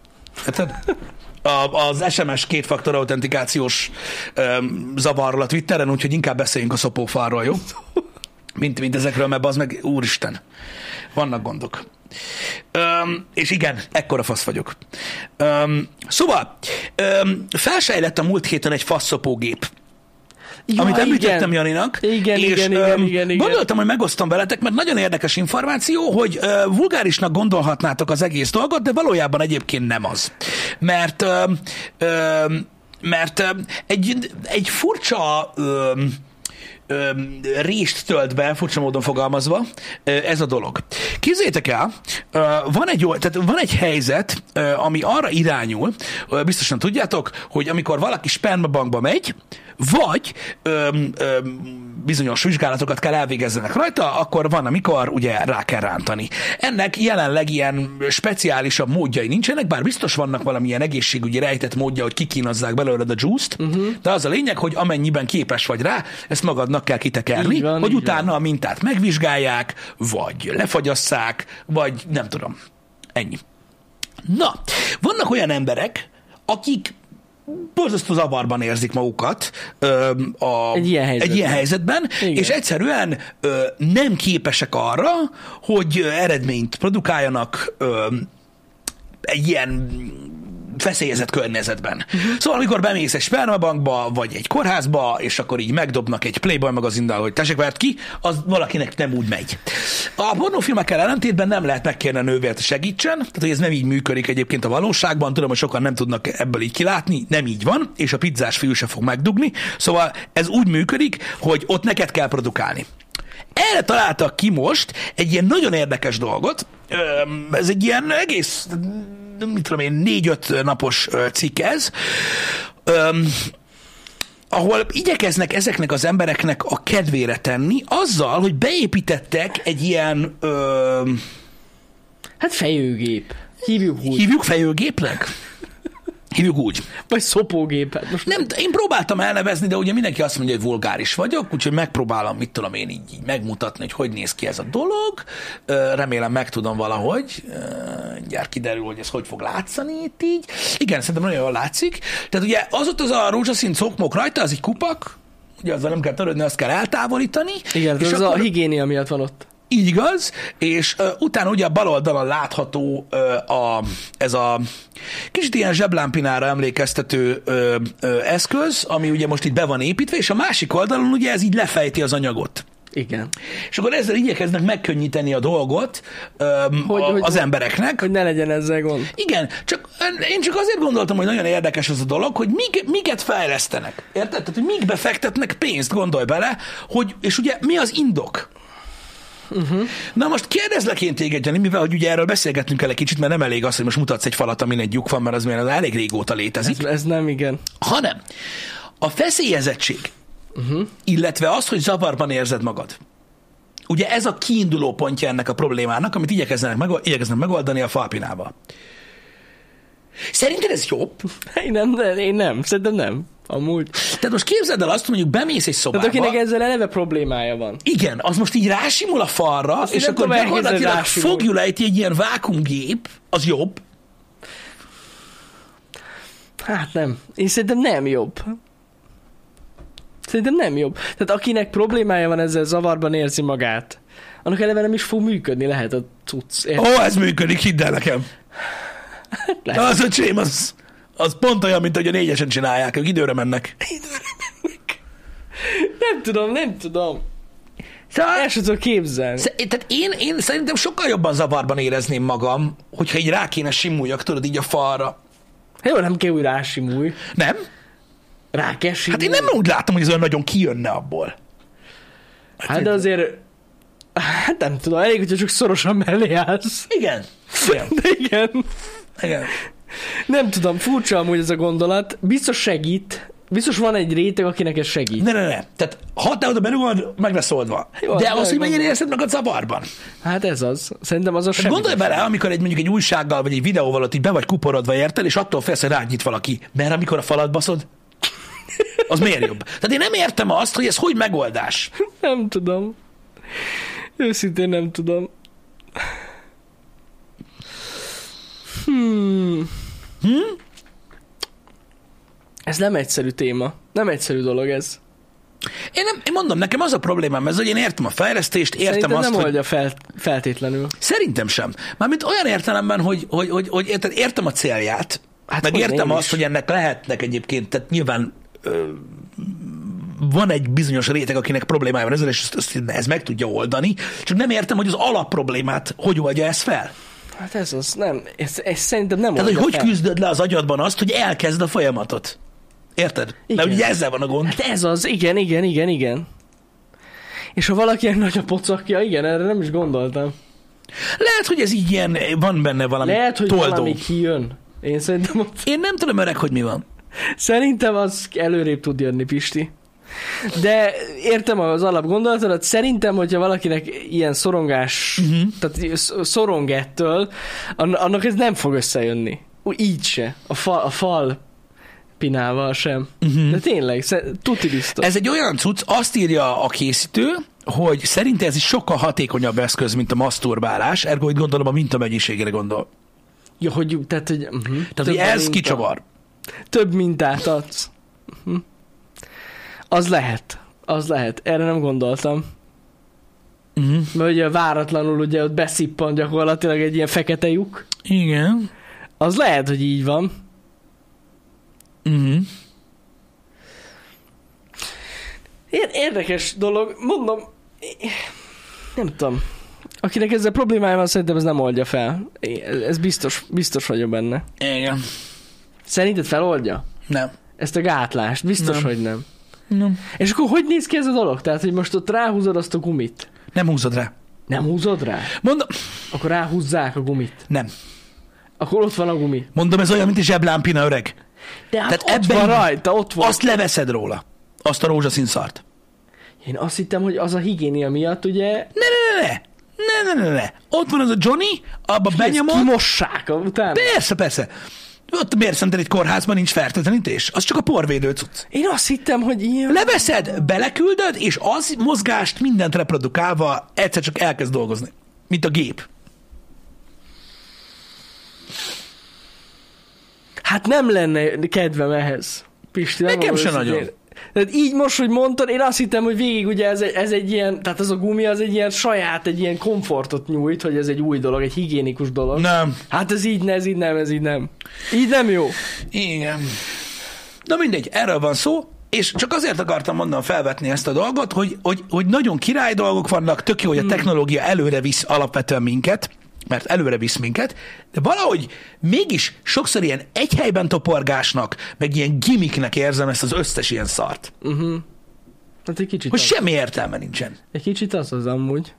Az SMS kétfaktor autentikációs zavarról a Twitteren, úgyhogy inkább beszéljünk a szopófalról, jó? Mint ezekről, mert az meg, úristen, vannak gondok. És igen, ekkora fasz vagyok. Szóval, felsejlett a múlt héten egy faszszopógép. Ja, amit említettem Janinak, igen. Gondoltam, hogy megosztom veletek, mert nagyon érdekes információ, hogy vulgárisnak gondolhatnátok az egész dolgot, de valójában egyébként nem az. Mert egy furcsa rést tölt be, furcsa módon fogalmazva, ez a dolog. Képzeljétek el, van egy helyzet, ami arra irányul, biztosan tudjátok, hogy amikor valaki spermabankba megy, vagy bizonyos vizsgálatokat kell elvégezzenek rajta, akkor van, amikor ugye rá kell rántani. Ennek jelenleg ilyen speciálisabb módjai nincsenek, bár biztos vannak valamilyen egészségügyi rejtett módja, hogy kikínozzák belőled a juice-t, de az a lényeg, hogy amennyiben képes vagy rá, ezt magadnak kell kitekerni, hogy utána a mintát megvizsgálják, vagy lefagyasszák, vagy nem tudom. Ennyi. Na, vannak olyan emberek, akik borzasztó zavarban érzik magukat egy ilyen helyzetben, és egyszerűen nem képesek arra, hogy eredményt produkáljanak egy ilyen feszélyezett környezetben. Szóval, amikor bemész egy spermabankba, vagy egy kórházba, és akkor így megdobnak egy Playboy magazinnal, hogy tessék, vert ki, az valakinek nem úgy megy. A pornófilmekkel ellentétben nem lehet megkérni a nővért, hogy segítsen, tehát hogy ez nem így működik egyébként a valóságban, tudom, hogy sokan nem tudnak ebből így kilátni, nem így van, és a pizzás fiú se fog megdugni, szóval ez úgy működik, hogy ott neked kell produkálni. Erre találtak ki most egy ilyen nagyon érdekes dolgot, ez egy ilyen egész, mit tudom én, 4-5 napos cikk ez, ahol igyekeznek ezeknek az embereknek a kedvére tenni, azzal, hogy beépítettek egy ilyen... Hát fejőgép. Hívjuk úgy. Hívjuk fejőgépnek? Hívjuk úgy. Vagy szopógépet. Most nem, én próbáltam elnevezni, de ugye mindenki azt mondja, hogy vulgáris vagyok, úgyhogy megpróbálom, mit tudom én így megmutatni, hogy néz ki ez a dolog. Remélem megtudom valahogy. Mindjárt kiderül, hogy ez hogy fog látszani itt így. Igen, szerintem nagyon jól látszik. Tehát ugye az ott az a rózsaszín szokmok rajta, az egy kupak, ugye azzal nem kell törődni, azt kell eltávolítani. Igen, és az akkor... a higiénia miatt van ott. Így igaz, és utána ugye a bal oldalon látható ez a kicsit ilyen zseblámpinára emlékeztető eszköz, ami ugye most itt be van építve, és a másik oldalon ugye ez így lefejti az anyagot. Igen. És akkor ezzel igyekeznek megkönnyíteni a dolgot az embereknek. Hogy ne legyen ezzel gond. Igen, én csak azért gondoltam, hogy nagyon érdekes az a dolog, hogy miket fejlesztenek. Érted? Tehát, hogy mik befektetnek pénzt, gondolj bele, és ugye mi az indok? Na most kérdezlek én téged, Jani, mivel hogy ugye erről beszélgetnünk el egy kicsit, mert nem elég az, hogy most mutatsz egy falat, amin egy lyuk van, mert az elég régóta létezik. Ez nem, igen. Hanem a feszélyezettség, illetve az, hogy zavarban érzed magad. Ugye ez a kiinduló pontja ennek a problémának, amit igyekeznek megoldani a falpinával. Szerinted ez jobb? Én nem. Szerintem nem. Amúgy. Tehát most képzeld el azt, hogy mondjuk bemész egy szobába. Tehát akinek ezzel eleve problémája van. Igen, az most így rásimul a falra, azt és akkor gyakorlatilag fogjulejti egy ilyen vákuumgép, az jobb. Hát nem. Én szerintem nem jobb. Szerintem nem jobb. Tehát akinek problémája van ezzel, zavarban érzi magát, annak eleve nem is fog működni, lehet a cucc. Ez működik, hidd el nekem. Az öcsém, az pont olyan, mint hogy a 4-esen csinálják, ők időre mennek. Nem tudom. Szóval el sem tudom képzelni. Tehát én szerintem sokkal jobban zavarban érezném magam, hogyha így rá kéne simuljak, tudod, így a falra. Jó, nem kell, hogy rásimulj. Nem? Rá kell simulni. Hát én nem úgy látom, hogy ez olyan nagyon kijönne abból. Hát de azért, hát nem tudom, elég, hogyha csak szorosan mellé állsz. Igen. Igen. De igen. Igen. Nem tudom, furcsa amúgy ez a gondolat. Biztos segít. Biztos van egy réteg, akinek ez segít. Ne. Tehát ha te oda berugod, meg lesz oldva. Jó, de az, hogy mennyire érzed magad zavarban. Hát ez az. Szerintem az a segít. Gondolj bele, amikor mondjuk egy újsággal, vagy egy videóval ott így be vagy kuporodva érted, és attól félsz, hogy rád nyit valaki. Mert amikor a falat baszod, az miért jobb? Tehát én nem értem azt, hogy ez hogy megoldás. Nem tudom. Őszintén nem tudom. Ez nem egyszerű téma. Nem egyszerű dolog ez. Én mondom, nekem az a problémám ez, hogy én értem a fejlesztést, értem Szerintem azt, nem hogy... oldja feltétlenül. Szerintem sem. Mármint olyan értelemben, hogy értem a célját, Hát meg hogy értem én azt, is. hogy ennek lehetnek egyébként, tehát nyilván van egy bizonyos réteg, akinek problémája van ezzel, és ez meg tudja oldani, csak nem értem, hogy az alapproblémát hogy oldja ez fel. Hát ez az, nem. Ez szerintem nem Tehát, oldja hogy fel. küzdöd le az agyadban azt, hogy elkezd a folyamatot. Érted? Igen. Mert ugye ezzel van a gond. Hát ez az, igen. És ha valakinek nagy a pocakja, igen, erre nem is gondoltam. Lehet, hogy ez így ilyen, van benne valami Lehet, hogy toldó. valami kijön. Én szerintem, Én nem tudom, öreg, hogy mi van. szerintem az előrébb tud jönni, Pisti. De értem az alapgondolatodat, szerintem, hogyha valakinek ilyen szorongás, tehát szorong ettől, annak ez nem fog összejönni. Úgy így se. A fal pinával sem. De tényleg, tuti biztos. Ez egy olyan cucc, azt írja a készítő, hogy szerinte ez is sokkal hatékonyabb eszköz, mint a maszturbálás, ergo itt gondolom a mintamennyiségére gondol. Ja, hogy, tehát, hogy, Tehát, hogy ez kicsavar. Több mintát adsz. Az lehet. Erre nem gondoltam. Mert ugye váratlanul ugye ott beszippan gyakorlatilag egy ilyen fekete lyuk. Igen. Az lehet, hogy így van. Érdekes dolog. Mondom, nem tudom. Akinek ezzel problémája van, szerintem ez nem oldja fel. Ez biztos vagyok benne. Igen. Szerinted feloldja? Nem. Ezt a gátlást? Biztos, Nem. hogy nem. Nem. És akkor hogy néz ki ez a dolog? Tehát, hogy most ott ráhúzod azt a gumit. Nem húzod rá. Nem húzod rá? Mondom, Akkor ráhúzzák a gumit. nem. Akkor ott van a gumi. Mondom, ez olyan, mint egy zseblámpina, öreg. De hát Tehát ott ebben van rajta, ott van. Azt leveszed róla. Azt a rózsaszín szart. Én azt hittem, hogy az a higiénia miatt ugye... Ne. Ott van az a Johnny, abba Ezt benyomod. kimossák utána. Persze. Ott miért szerinted egy kórházban nincs fertőtlenítés? Az csak a porvédő cucc. Én azt hittem, hogy ilyen... Leveszed, beleküldöd, és az mozgást mindent reprodukálva egyszer csak elkezd dolgozni. Mint a gép. Hát nem lenne kedvem ehhez. Pisti, nem Nekem mondom se őszintén. nagyon. Tehát így most, hogy mondtad, én azt hittem, hogy végig ugye ez egy ilyen, tehát az a gumi az egy ilyen saját, egy ilyen komfortot nyújt, hogy ez egy új dolog, egy higiénikus dolog. Nem. Hát ez így nem. Így nem jó. Igen. Na mindegy, erről van szó, és csak azért akartam mondani felvetni ezt a dolgot, hogy nagyon király dolgok vannak, tök jó, hogy a technológia előre visz alapvetően minket, mert előre visz minket, de valahogy mégis sokszor ilyen egy helyben toporgásnak, meg ilyen gimmicknek érzem ezt az összes ilyen szart. Hát egy kicsit Hogy az. semmi értelme nincsen. Egy kicsit az amúgy.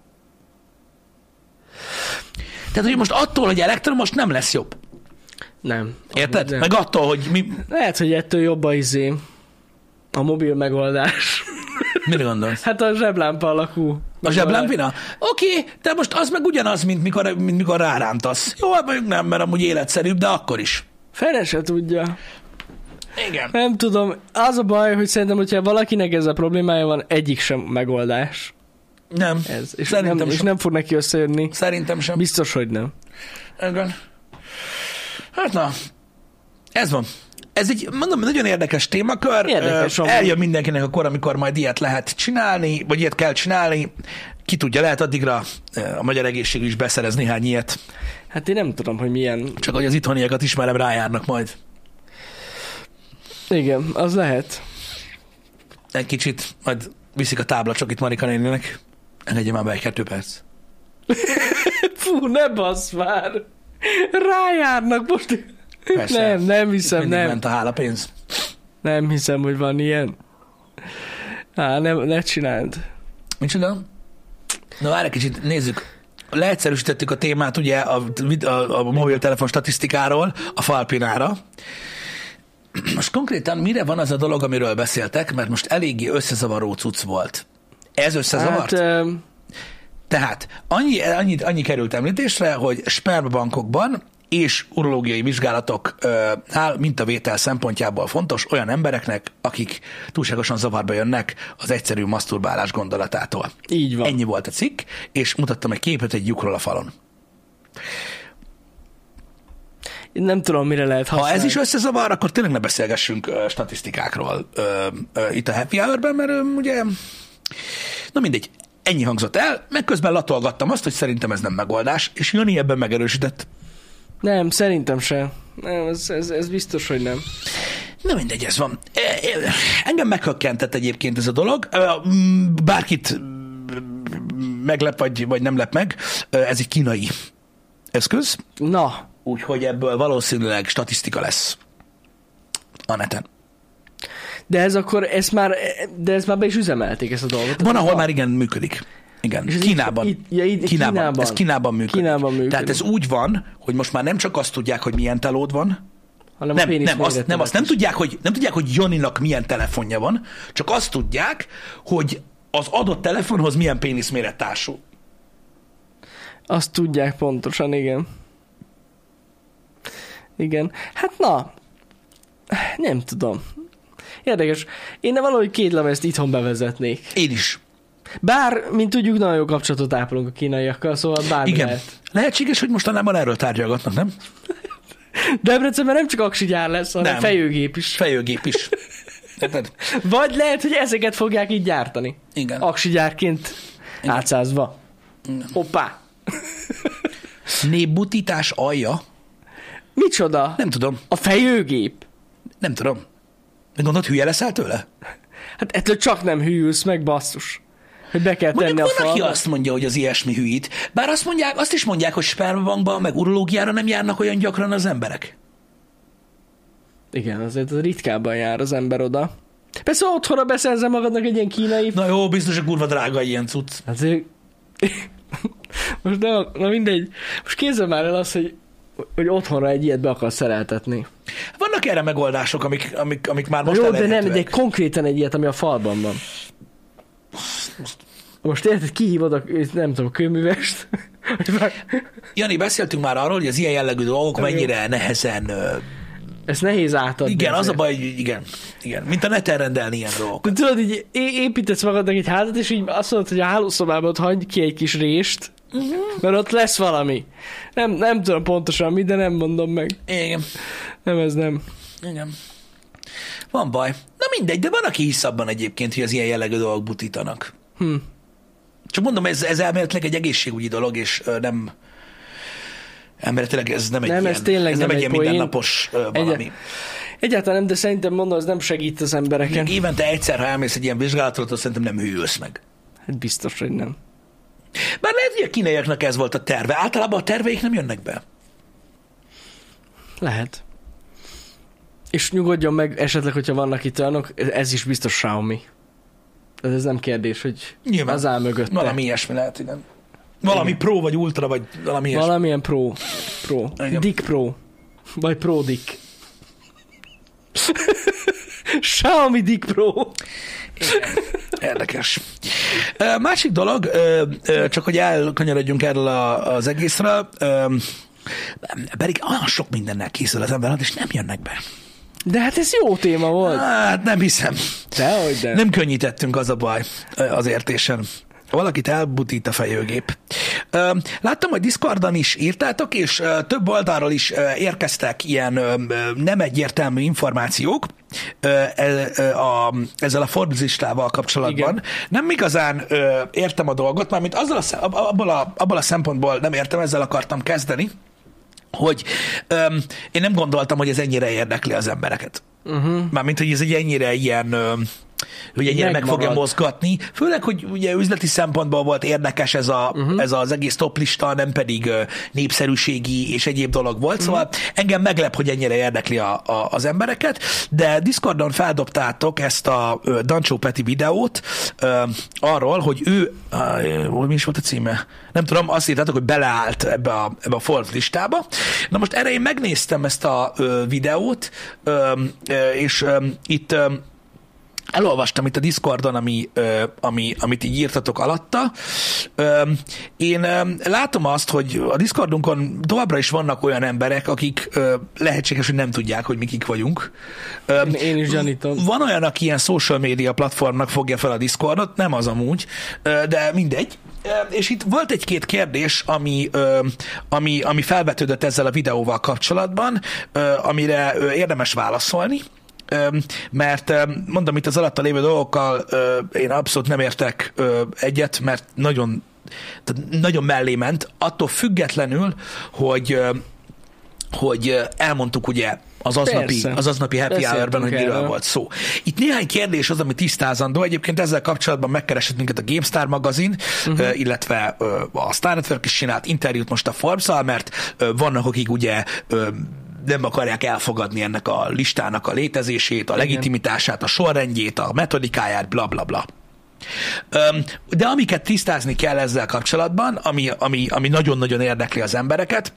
Tehát, hogy most attól, hogy elektromos nem lesz jobb. Nem. Érted? Nem. Meg attól, hogy mi... Lehet, hogy ettől jobb a mobil megoldás. Mire gondolsz? Hát a zseblámpa alakú. A zseblámpina? Oké, de most az meg ugyanaz, mint mikor rárántasz. Jó, hát mondjuk nem, mert amúgy életszerűbb, de akkor is. Fene se tudja. Igen. Nem tudom. Az a baj, hogy szerintem, hogyha valakinek ez a problémája van, egyik sem megoldás. Nem. Ez. És, Szerintem nem, és sem. nem fog neki összejönni. Szerintem sem. Biztos, hogy nem. Igen. Hát na, ez van. Ez egy, mondom, nagyon érdekes témakör. Érdekes, amúgy. Eljön mindenkinek a kor, amikor majd ilyet lehet csinálni, vagy ilyet kell csinálni. Ki tudja, lehet addigra a magyar egészségügy is beszerez néhány ilyet. Hát én nem tudom, hogy milyen... Csak hogy az itthoniakat ismerem, rájárnak majd. Igen, az lehet. Egy kicsit, majd viszik a táblacsokit Marika néninek. Engedje már be 2 perc. Fú, ne bassz már! Rájárnak most... Persze. Nem hiszem, Mindig nem. ment a hálapénz. Nem hiszem, hogy van ilyen. Ne csináld. Micsoda? Na várj egy kicsit, nézzük. Leegyszerűsítettük a témát ugye a mobiltelefon statisztikáról a Falpinára. Most konkrétan mire van az a dolog, amiről beszéltek, mert most eléggé összezavaró cucc volt. Ez összezavart? Hát, Tehát annyi került említésre, hogy spermabankokban és urológiai vizsgálatoknál mintavétel szempontjából fontos olyan embereknek, akik túlságosan zavarba jönnek az egyszerű maszturbálás gondolatától. így van. Ennyi volt a cikk, és mutattam egy képet egy lyukról a falon. Én nem tudom, mire lehet használni. Ha ez is összezavar, akkor tényleg ne beszélgessünk statisztikákról itt a Happy Hour-ben, mert ugye, na mindegy, ennyi hangzott el, meg közben latolgattam azt, hogy szerintem ez nem megoldás, és Jani ebben megerősített. Nem, szerintem se. Nem, ez biztos, hogy nem. Na mindegy, ez van. Engem meghökkentett egyébként ez a dolog. Bárkit meglep, vagy nem lep meg. Ez egy kínai eszköz. Na. Úgyhogy ebből valószínűleg statisztika lesz a neten. De ez már be is üzemelték ezt a dolgot. Van, ahol már igen működik. Igen, Kínában. Kínában. Ez Kínában működik. Kínában működik. Tehát ez úgy van, hogy most már nem csak azt tudják, hogy milyen telód van, hanem azt nem tudják, hogy Janinak milyen telefonja van, csak azt tudják, hogy az adott telefonhoz milyen péniszméret társul. Azt tudják pontosan, igen. Igen. Hát na, nem tudom. Érdekes. Én valahogy két lemezt itthon bevezetnék. Én is. Bár, mint tudjuk, nagyon jó kapcsolatot ápolunk a kínaiakkal, szóval bármi igen. lehet. Lehetséges, hogy mostanában erről tárgyalgatnak, nem? Debrecenben nem csak aksigyár lesz, hanem fejőgép is. Fejőgép is. Vagy lehet, hogy ezeket fogják így gyártani. Igen. Aksigyárként átszázva. Hoppá. Népbutítás alja? Micsoda? Nem tudom. A fejőgép? Nem tudom. De gondolod, hülye leszel tőle? Hát ettől csak nem hűlsz meg, basszus. Hogy be kell tenni mondjuk a falba. Van, aki azt mondja, hogy az ilyesmi hülyít. Bár azt is mondják, hogy spermabankban, meg urológiára nem járnak olyan gyakran az emberek. Igen, azért az ritkábban jár az ember oda. Persze otthonra beszerzel magadnak egy ilyen kínai... Na jó, biztos a kurva drága ilyen cucc. Azért... Most na mindegy. Most képzel már el azt, hogy otthonra egy ilyet be akarsz szereltetni. Vannak erre megoldások, amik már most jó, elérhetőek. de nem, de konkrétan egy ilyet, ami a falban van. Most érted, kihívod nem tudom, a kőművest? Jani, beszéltünk már arról, hogy az ilyen jellegű dolgok mennyire nehezen... Ezt nehéz átadni. Igen, az a baj, hogy igen. Mint a neten rendelni ilyen dolgokat. Tudod, így építesz magadnak egy házat, és így azt mondod, hogy a hálószobában hagyj ki egy kis rést, mert ott lesz valami. Nem tudom pontosan mi, de nem mondom meg. Igen. Nem, ez nem. Igen. Van baj. Na mindegy, de van, aki hisz abban egyébként, hogy az ilyen jellegű dolgok butítanak. Csak mondom, ez elméletileg egy egészségügyi dolog, és nem... Emberileg ez nem egy ilyen mindennapos valami. Egyáltalán nem, de szerintem mondom, az nem segít az embereken. Évente egyszer, ha elmész egy ilyen vizsgálatot, azt szerintem nem hűlsz meg. Hát biztos, hogy nem. Bár lehet, hogy a kínaiaknak ez volt a terve. Általában a terveik nem jönnek be. Lehet. És nyugodjon meg esetleg, hogyha vannak itt olyanok, ez is biztos Xiaomi. Ez nem kérdés, hogy nyilván az áll mögötte. Valami ilyesmi lehet, igen. Valami igen. Pro vagy Ultra, vagy valami ilyesmi. Valamilyen Pro. Dick Pro. Vagy Pro Dick. Xiaomi Dick Pro. Igen. Érdekes. Másik dolog, csak hogy elkanyarodjunk erről az egészről, pedig olyan sok mindennel készül az ember, és nem jönnek be. De hát ez jó téma volt. Hát nem hiszem. Dehogy de. Nem könnyítettünk, az a baj az értésen. Valakit elbutít a fejőgép. Láttam, hogy Discordon is írtátok, és több oldalról is érkeztek ilyen nem egyértelmű információk ezzel a Forbes listával kapcsolatban. Igen. Nem igazán értem a dolgot, mármint abból a szempontból nem értem, ezzel akartam kezdeni, hogy én nem gondoltam, hogy ez ennyire érdekli az embereket. Mármint, hogy ez egy ennyire ilyen hogy ennyire meg fogja mozgatni. Főleg, hogy ugye üzleti szempontból volt érdekes ez az egész toplista, nem pedig népszerűségi és egyéb dolog volt. Szóval engem meglep, hogy ennyire érdekli az embereket, de Discordon feldobtátok ezt a Dancsó Peti videót arról, hogy ő, mi is volt a címe? Nem tudom, azt írtátok, hogy beleállt ebbe a Forbes listába. Na most erre én megnéztem ezt a videót, és itt elolvastam itt a Discordon, amit így írtatok alatta. Én látom azt, hogy a Discordunkon továbbra is vannak olyan emberek, akik lehetséges, hogy nem tudják, hogy mi kik vagyunk. Én is gyanítom. Van olyan, aki ilyen social media platformnak fogja fel a Discordot, nem az amúgy, de mindegy. És itt volt egy-két kérdés, ami felvetődött ezzel a videóval kapcsolatban, amire érdemes válaszolni. Mert mondom, itt az alatta lévő dolgokkal én abszolút nem értek egyet, mert nagyon mellé ment, attól függetlenül, hogy elmondtuk ugye az aznapi happy hour-ben, hogy miről volt szó. Itt néhány kérdés az, ami tisztázandó. Egyébként ezzel kapcsolatban megkeresett minket a GameStar magazin, illetve a Star Network is csinált interjút most a Forbes-szal, mert vannak, akik ugye nem akarják elfogadni ennek a listának a létezését, a legitimitását, a sorrendjét, a metodikáját, bla bla bla. De amiket tisztázni kell ezzel kapcsolatban, ami nagyon-nagyon érdekli az embereket,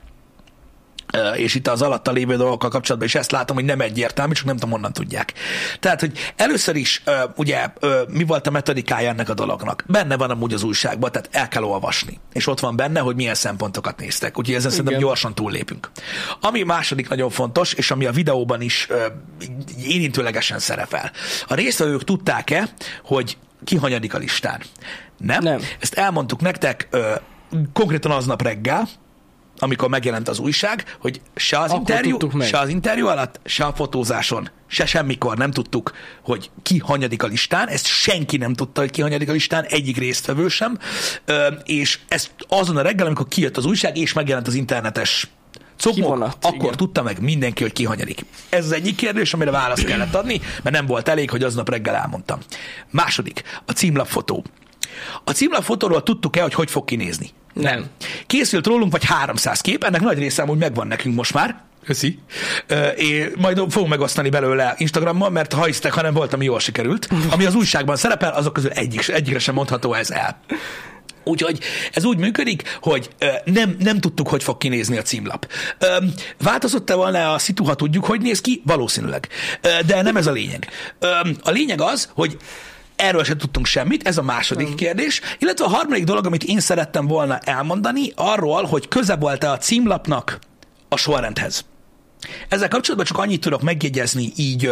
és itt az alatta lévő dolgokkal kapcsolatban is ezt látom, hogy nem egyértelmű, csak nem tudom, honnan tudják. Tehát, hogy először is, ugye, mi volt a metodikája ennek a dolognak? Benne van amúgy az újságban, tehát el kell olvasni. És ott van benne, hogy milyen szempontokat néztek. Úgyhogy ezen szerintem gyorsan túllépünk. Ami második nagyon fontos, és ami a videóban is érintőlegesen szerepel. A résztvevők tudták-e, hogy ki hanyadik a listán? Nem. Ezt elmondtuk nektek konkrétan aznap reggel, amikor megjelent az újság, hogy se az interjú alatt, se a fotózáson, se semmikor nem tudtuk, hogy ki hanyadik a listán, ezt senki nem tudta, hogy ki hanyadik a listán, egyik résztvevő sem, és ezt azon a reggel, amikor kijött az újság, és megjelent az internetes cokmok, akkor tudta meg mindenki, hogy ki hanyadik. Ez az egyik kérdés, amire választ kellett adni, mert nem volt elég, hogy aznap reggel elmondtam. Második, a címlapfotó. A címlapfotóról tudtuk-e, hogy fog kinézni? Nem. Készült rólunk vagy 300 kép, ennek nagy része amúgy megvan nekünk most már. Köszi. Majd fogom megosztani belőle Instagramon, mert ha hisztek, ha nem volt, ami jól sikerült. Ami az újságban szerepel, azok közül egyikre sem mondható ez el. Úgyhogy ez úgy működik, hogy nem tudtuk, hogy fog kinézni a címlap. Változott-e volna a szitu, ha tudjuk, hogy néz ki? Valószínűleg. De nem ez a lényeg. A lényeg az, hogy erről sem tudtunk semmit, ez a második kérdés. Illetve a harmadik dolog, amit én szerettem volna elmondani, arról, hogy köze volt-e a címlapnak a sorrendhez. Ezzel kapcsolatban csak annyit tudok megjegyezni így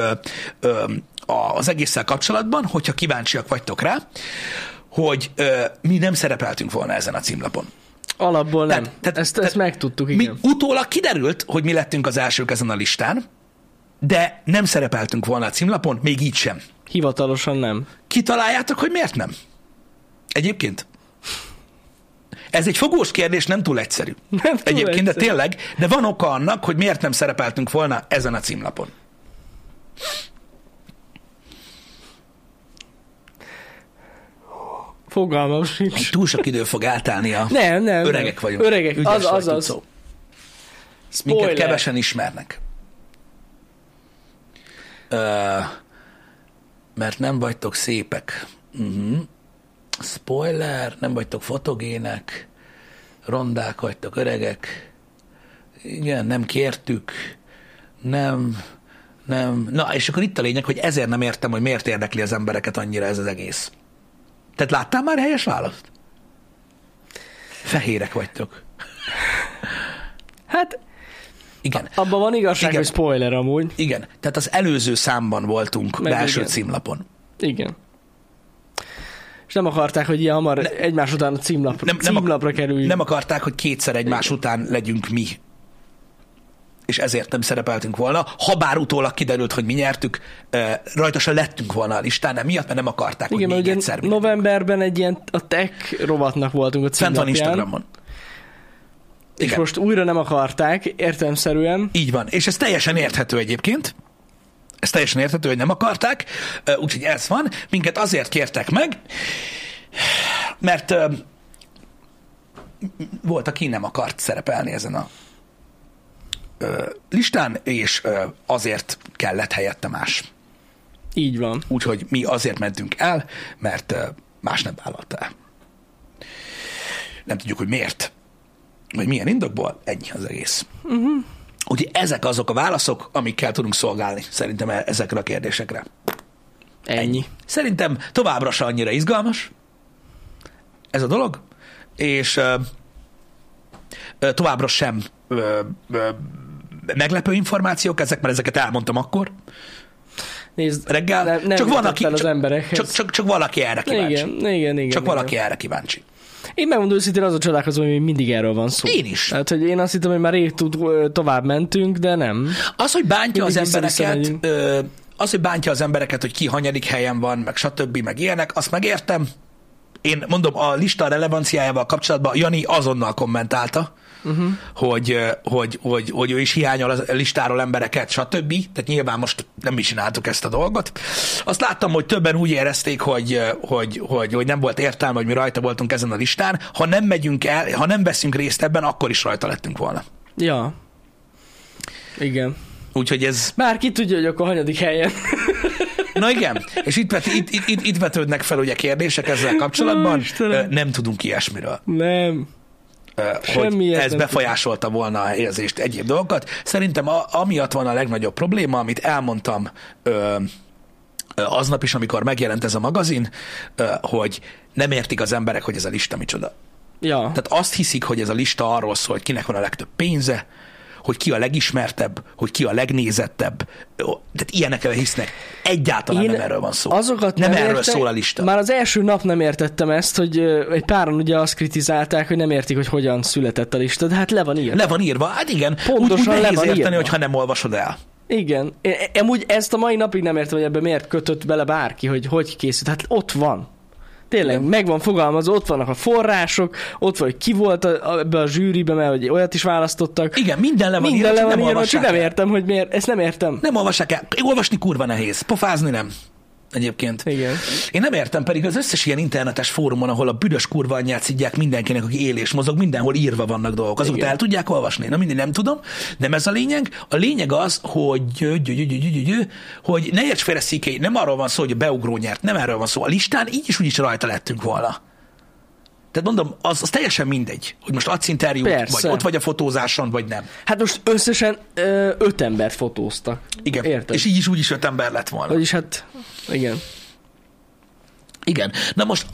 az egésszel kapcsolatban, hogyha kíváncsiak vagytok rá, hogy mi nem szerepeltünk volna ezen a címlapon. Alapból nem. Ezt megtudtuk, igen. Mi utólag kiderült, hogy mi lettünk az elsők ezen a listán, de nem szerepeltünk volna a címlapon, még így sem. Hivatalosan nem. Kitaláljátok, hogy miért nem? Egyébként? Ez egy fogós kérdés, nem túl egyszerű. Egyébként, de tényleg, de van oka annak, hogy miért nem szerepeltünk volna ezen a címlapon. Fogalmam sincs. Túl sok idő fog eltelni a nem, öregek vagyunk. Öregek, az. Minket kevesen ismernek. Mert nem vagytok szépek. Spoiler, nem vagytok fotogének, rondák vagytok, öregek. Igen, nem kértük. Nem. Na, és akkor itt a lényeg, hogy ezért nem értem, hogy miért érdekli az embereket annyira ez az egész. Tehát láttál már helyes választ? Fehérek vagytok. Hát, igen. Abban van igazság, hogy spoiler amúgy. Igen, tehát az előző számban voltunk belső címlapon. Igen. És nem akarták, hogy ilyen hamar egymás után a címlapra kerüljünk. Nem akarták, hogy kétszer egymás után legyünk mi. És ezért nem szerepeltünk volna. Habár utólag kiderült, hogy mi nyertük, rajta se lettünk volna a listán, emiatt, mert nem akarták, igen, hogy még egyszer. Novemberben egy ilyen a tech rovatnak voltunk a címlapján. Fent van Instagramon. És igen. Most újra nem akarták, értelemszerűen. Így van, és ez teljesen érthető egyébként. Ez teljesen érthető, hogy nem akarták, úgyhogy ez van. Minket azért kértek meg, mert volt, aki nem akart szerepelni ezen a listán, és azért kellett helyette más. Így van. Úgyhogy mi azért mentünk el, mert más nem vállalta el. Nem tudjuk, hogy miért, vagy milyen indokból, ennyi az egész. Úgyhogy ezek azok a válaszok, amikkel tudunk szolgálni szerintem ezekre a kérdésekre. Ennyi. Szerintem továbbra se annyira izgalmas ez a dolog, és továbbra sem meglepő információk ezek, mert ezeket elmondtam akkor. Nézd, reggel. Nem csak van, aki, az emberekhez. csak valaki erre kíváncsi. Igen. Csak valaki erre kíváncsi. Én megmondom őszintén, azon csodálkozom, hogy mindig erről van szó. Én is. Tehát, hogy én azt hittem, hogy már rég tovább mentünk, de nem. Az, hogy bántja az embereket, hogy ki hanyadik helyen van, meg stb., meg ilyenek, azt megértem. Én mondom, a lista relevanciájával kapcsolatban Jani azonnal kommentálta, hogy ő is hiányol a listáról embereket, stb. Tehát nyilván most nem is csináltuk ezt a dolgot. Azt láttam, hogy többen úgy érezték, hogy nem volt értelme, hogy mi rajta voltunk ezen a listán. Ha nem megyünk el, ha nem veszünk részt ebben, akkor is rajta lettünk volna. Ja. Igen. Úgyhogy ez... Már ki tudja, hogy akkor hanyadik helyen. Na igen, és itt vetődnek fel ugye kérdések ezzel kapcsolatban. Nem tudunk ilyesmiről. Nem. Hogy ez befolyásolta volna a helyezést, egyéb dolgokat. Szerintem amiatt van a legnagyobb probléma, amit elmondtam aznap is, amikor megjelent ez a magazin, hogy nem értik az emberek, hogy ez a lista micsoda. Ja. Tehát azt hiszik, hogy ez a lista arról szól, hogy kinek van a legtöbb pénze, hogy ki a legismertebb, hogy ki a legnézettebb. Tehát ilyenekkel hisznek. Egyáltalán nem erről van szó. Azokat nem erről szól a lista. Már az első nap nem értettem ezt, hogy egy páran ugye azt kritizálták, hogy nem értik, hogy hogyan született a lista, de hát le van írva. Le van írva, hát igen. Pontosan úgy le nehéz van érteni, írva. hogyha nem olvasod el. Igen. Amúgy ezt a mai napig nem értem, hogy ebben miért kötött bele bárki, hogy készült. Hát ott van. Tényleg, meg van fogalmazva, ott vannak a források, ott van, hogy ki volt ebbe a zsűribe, mert hogy olyat is választottak. Igen, minden le van minden írva, le van írva, csak nem értem, hogy miért. Ezt nem értem. Nem olvassák el. Olvasni kurva nehéz. Pofázni nem. Egyébként. Igen. Én nem értem, pedig az összes ilyen internetes fórumon, ahol a büdös kurva anyját szidják mindenkinek, aki él és mozog, mindenhol írva vannak dolgok. Azokat el tudják olvasni. Na mindig nem tudom. Nem ez a lényeg. A lényeg az, hogy ne érts félre székely, nem arról van szó, hogy a beugró nyert, nem erről van szó. A listán így is úgyis rajta lettünk volna. Tehát mondom, az teljesen mindegy, hogy most adsz interjút, vagy ott vagy a fotózáson, vagy nem. Hát most összesen 5 embert fotóztak. Igen, érted? És így is úgyis 5 ember lett volna. Vagyis hát, igen. Igen. Na most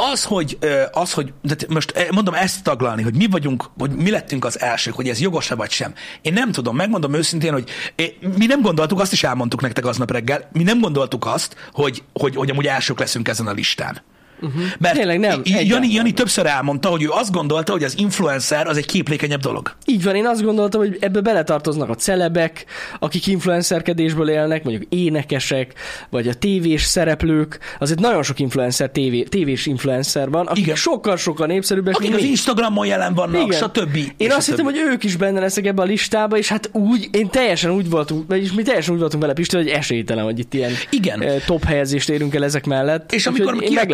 de most mondom ezt taglalni, hogy mi vagyunk, hogy mi lettünk az elsők, hogy ez jogos-e vagy sem. Én nem tudom, megmondom őszintén, hogy mi nem gondoltuk, azt is elmondtuk nektek aznap reggel, mi nem gondoltuk azt, hogy amúgy elsők leszünk ezen a listán. Mert tényleg nem. Jani többször elmondta, hogy ő azt gondolta, hogy az influencer az egy képlékenyebb dolog. Így van, én azt gondoltam, hogy ebbe beletartoznak a celebek, akik influencerkedésből élnek, mondjuk énekesek, vagy a tévés szereplők. Azért nagyon sok influencer, tévés influencer van, akik sokkal-sokkal népszerűbbek. Akik az Instagramon jelen vannak, stb. Én azt hittem, hogy ők is benne lesznek ebbe a listába, és hát mi teljesen úgy voltunk vele, Pisti, hogy esélytelen, hogy itt ilyen top helyezést érünk el ezek mellett. És amikor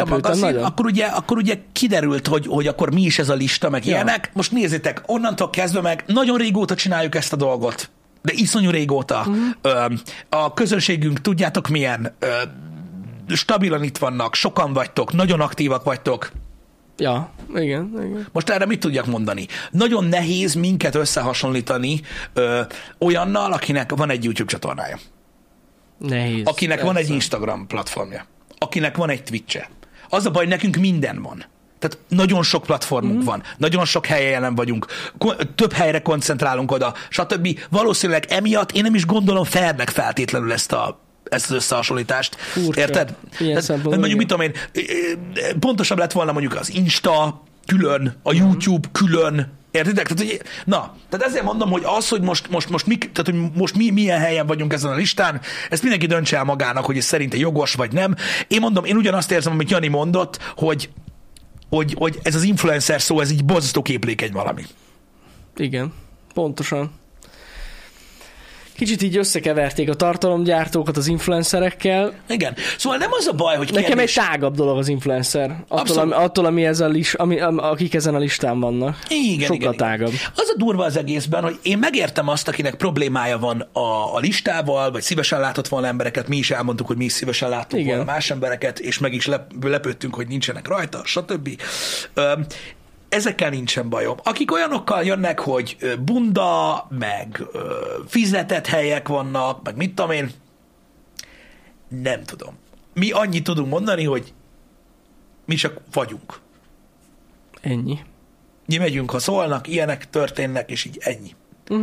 akkor ugye kiderült, hogy akkor mi is ez a lista, meg ilyenek. Most nézzétek, onnantól kezdve meg nagyon régóta csináljuk ezt a dolgot. De iszonyú régóta. A közönségünk, tudjátok milyen, stabilan itt vannak, sokan vagytok, nagyon aktívak vagytok. Ja, igen. Most erre mit tudjak mondani? Nagyon nehéz minket összehasonlítani olyannal, akinek van egy YouTube csatornája. Nehéz. Akinek van egy Instagram platformja. Akinek van egy Twitch-e. Az a baj, nekünk minden van. Tehát nagyon sok platformunk van, nagyon sok helyen jelen vagyunk, több helyre koncentrálunk oda, stb. Valószínűleg emiatt én nem is gondolom fairnek feltétlenül ezt az összehasonlítást. Furcsa. Érted? Mondjuk mit tudom én, pontosabb lett volna mondjuk az Insta külön, a YouTube külön, értitek? Tehát ezért mondom, hogy az, hogy most mi milyen helyen vagyunk ezen a listán, ezt mindenki döntse el magának, hogy ez szerinte jogos vagy nem. Én mondom, én ugyanazt érzem, amit Jani mondott, hogy ez az influencer szó, ez így borzasztó képlékeny valami. Igen, pontosan. Kicsit így összekeverték a tartalomgyártókat az influencerekkel. Igen. Szóval nem az a baj, hogy Nekem egy tágabb dolog az influencer. Attól ami akik ezen a listán vannak. Igen, sokkal tágabb. Az a durva az egészben, hogy én megértem azt, akinek problémája van a listával, vagy szívesen látott volna embereket, mi is elmondtuk, hogy mi is szívesen láttunk volna más embereket, és meg is lepődtünk, hogy nincsenek rajta, stb. Ezekkel nincsen bajom. Akik olyanokkal jönnek, hogy bunda, meg fizetett helyek vannak, meg mit tudom én, nem tudom. Mi annyit tudunk mondani, hogy mi csak vagyunk. Ennyi. Mi megyünk, ha szólnak, ilyenek történnek, és így ennyi.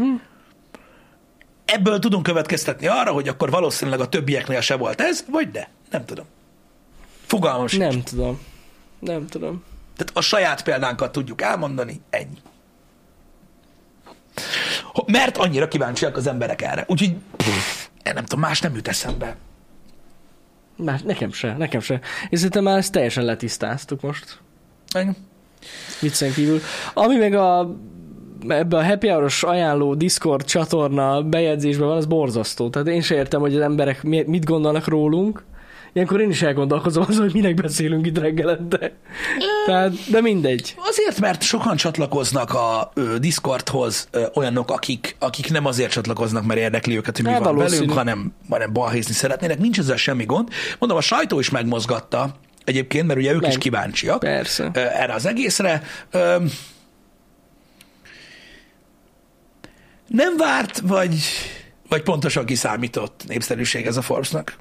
Ebből tudunk következtetni arra, hogy akkor valószínűleg a többieknél se volt ez, vagy de. Nem tudom. Fogalmam sincs. Nem tudom. Tehát a saját példánkat tudjuk elmondani, ennyi. Mert annyira kíváncsiak az emberek erre. Úgyhogy nem tudom, más nem jut eszembe. Nekem se. És szerintem már ezt teljesen letisztáztuk most. Engem. Viccen kívül. Ami meg ebbe a Happy Hour-os ajánló Discord csatorna bejegyzésben van, az borzasztó. Tehát én se értem, hogy az emberek mit gondolnak rólunk. Ilyenkor én is elgondolkozom azon, hogy minek beszélünk itt reggelente. Tehát, de mindegy. Azért, mert sokan csatlakoznak a Discordhoz olyanok, akik nem azért csatlakoznak, mert érdekli őket, hogy mi van velünk, hanem balhézni szeretnének. Nincs ezzel semmi gond. Mondom, a sajtó is megmozgatta egyébként, mert ugye ők is kíváncsiak persze. Erre az egészre. Nem várt, vagy pontosan kiszámított népszerűség ez a Forbesnak?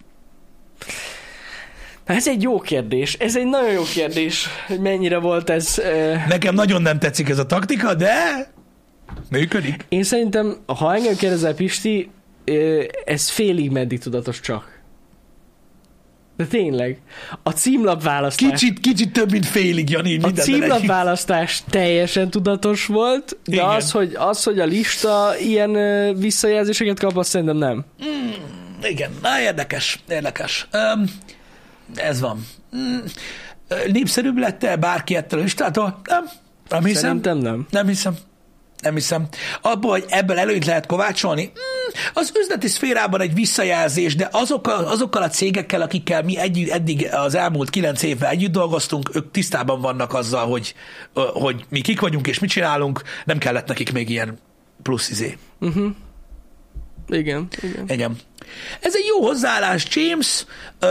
Ez egy jó kérdés. Ez egy nagyon jó kérdés, hogy mennyire volt ez... Nekem nagyon nem tetszik ez a taktika, de működik. Én szerintem, ha engem kérdezel, Pisti, ez félig meddig tudatos csak. De tényleg. A címlapválasztás... Kicsit több, mint félig, Jani. A címlapválasztás teljesen tudatos volt, de az, hogy a lista ilyen visszajelzéseket kap, azt szerintem nem. Igen. Na, érdekes. Ez van. Népszerűbb lett-e bárki ettől a listától? Nem hiszem. Szerintem nem. Nem hiszem. Abból, hogy ebből előtt lehet kovácsolni, az üzleti szférában egy visszajelzés, de azokkal a cégekkel, akikkel mi eddig az elmúlt 9 évben együtt dolgoztunk, ők tisztában vannak azzal, hogy mi kik vagyunk és mit csinálunk, nem kellett nekik még ilyen plusz izé. Igen. Ez egy jó hozzáállás, James,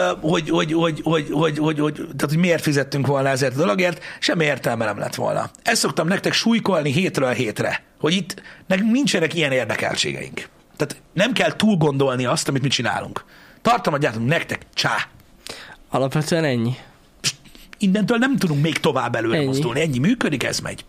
hogy miért fizettünk volna ezért a dologért, semmi értelme nem lett volna. Ezt szoktam nektek súlykolni hétről hétre, hogy itt nincsenek ilyen érdekeltségeink. Tehát nem kell túl gondolni azt, amit mi csinálunk. Tartalmat gyártunk nektek, csá. Alapvetően ennyi. Innentől nem tudunk még tovább előre mozdulni. Ennyi működik, ez megy.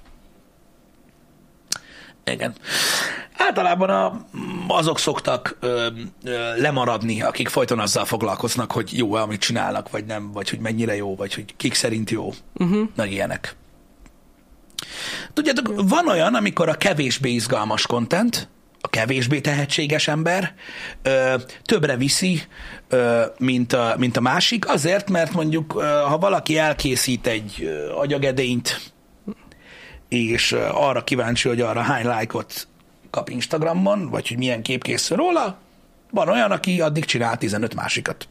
Igen. Általában azok szoktak lemaradni, akik folyton azzal foglalkoznak, hogy jó-e, amit csinálnak, vagy nem, vagy hogy mennyire jó, vagy hogy kik szerint jó. Meg ilyenek. Tudjátok, van olyan, amikor a kevésbé izgalmas content, a kevésbé tehetséges ember többre viszi, mint a másik, azért, mert mondjuk, ha valaki elkészít egy agyagedényt, és arra kíváncsi, hogy arra hány lájkot kap Instagramon, vagy hogy milyen kép készül róla, van olyan, aki addig csinál 15 másikat.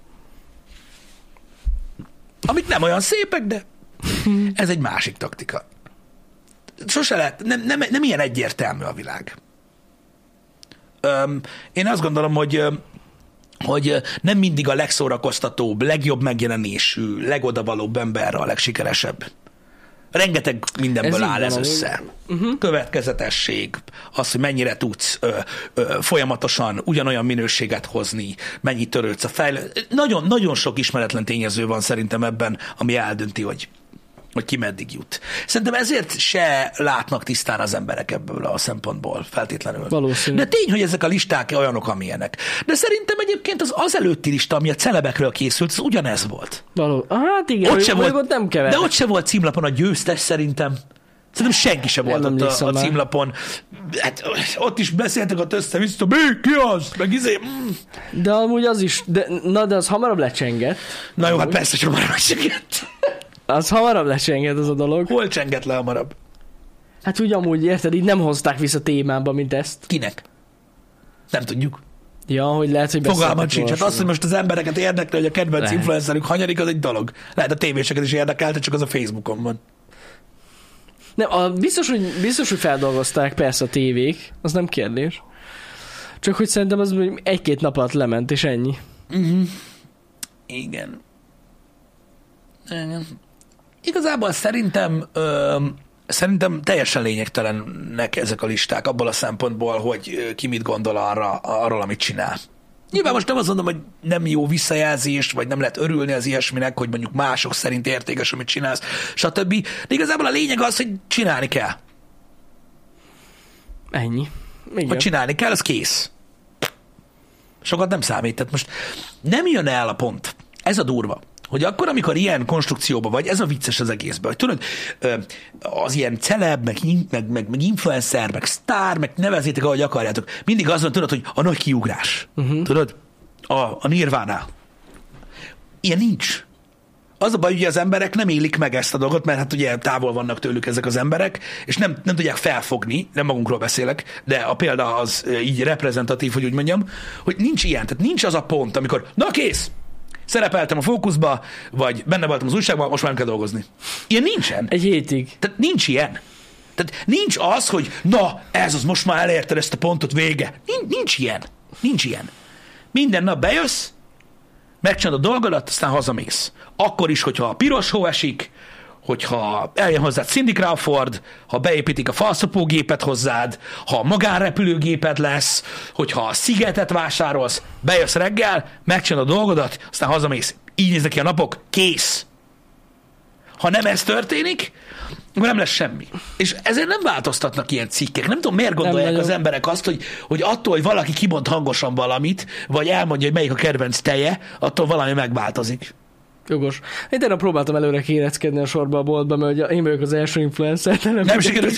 Amik nem olyan szépek, de ez egy másik taktika. Sose lehet, nem ilyen egyértelmű a világ. Én azt gondolom, hogy nem mindig a legszórakoztatóbb, legjobb megjelenésű, legodavalóbb ember a legsikeresebb. Rengeteg mindenből áll ez össze. Következetesség, az, hogy mennyire tudsz folyamatosan ugyanolyan minőséget hozni, mennyit törődsz a nagyon, nagyon sok ismeretlen tényező van szerintem ebben, ami eldönti, hogy ki meddig jut. Szerintem ezért se látnak tisztán az emberek ebből a szempontból feltétlenül. Valószínű. De tény, hogy ezek a listák olyanok, amilyenek. De szerintem egyébként az előtti lista, ami a celebekről készült, az ugyanez volt. Hát igen, ott nem kever. De ott se volt címlapon a győztes szerintem. Szerintem senki sem volt ott a címlapon. Hát, ott is beszéltek ott össze-vissza, ki az? Meg izé. De amúgy az is, de az hamarabb lecsengett. Na jó, hát persze, hogy hamarabb lecsengett. Az hamarabb lecsengett az a dolog. Hol csengett le hamarabb? Hát úgy amúgy, érted, így nem hozták vissza témába, mint ezt. Kinek? Nem tudjuk. Ja, hogy lehet, hogy fogalmat sincs. Hát az, hogy most az embereket érdekli, hogy a kedvenc influencerük hanyadik, az egy dolog. Lehet a tévéseket is érdekelte, csak az a Facebookon van. Nem, biztos, hogy feldolgozták persze a tévék, az nem kérdés. Csak hogy szerintem az 1-2 nap alatt lement, és ennyi. Uh-huh. Igen. Igazából szerintem teljesen lényegtelenek ezek a listák abból a szempontból, hogy ki mit gondol arról, amit csinál. Nyilván most nem azt mondom, hogy nem jó visszajelzés, vagy nem lehet örülni az ilyesminek, hogy mondjuk mások szerint értékes, amit csinálsz, stb. De igazából a lényeg az, hogy csinálni kell. Ennyi. Igen. Hogy csinálni kell, az kész. Sokat nem számít. Tehát most nem jön el a pont. Ez a durva. Hogy akkor, amikor ilyen konstrukcióban vagy, ez a vicces az egészben, hogy tudod, az ilyen celeb, meg influencer, meg sztár, meg nevezzétek, ahogy akarjátok, mindig az van, tudod, hogy a nagy kiugrás. Uh-huh. Tudod? A Nirvana. Ilyen nincs. Az a baj, hogy az emberek nem élik meg ezt a dolgot, mert hát ugye távol vannak tőlük ezek az emberek, és nem tudják felfogni, nem magunkról beszélek, de a példa az így reprezentatív, hogy úgy mondjam, hogy nincs ilyen. Tehát nincs az a pont, amikor na kész, szerepeltem a Fókuszba, vagy benne voltam az újságban, most már nem kell dolgozni. Ilyen nincsen. Egy hétig. Tehát nincs ilyen. Tehát nincs az, hogy na, ez az, most már elérted ezt a pontot, vége. Nincs ilyen. Nincs ilyen. Minden nap bejössz, megcsinálod a dolgodat, aztán hazamész. Akkor is, hogyha a piros hó esik, hogyha eljön hozzád Cindy Crawford, ha beépítik a falszopógépet hozzád, ha magánrepülőgéped lesz, hogyha a szigetet vásárolsz, bejössz reggel, megcsinálod a dolgodat, aztán hazamész. Így néznek ki a napok, kész. Ha nem ez történik, akkor nem lesz semmi. És ezért nem változtatnak ilyen cikkek. Nem tudom, miért gondolják az emberek azt, hogy attól, hogy valaki kimond hangosan valamit, vagy elmondja, hogy melyik a kedvenc teje, attól valami megváltozik. Jogos. Én tényleg próbáltam előre kéreckedni a sorba a boltba, mert én vagyok az első influencer. Nem sikerült.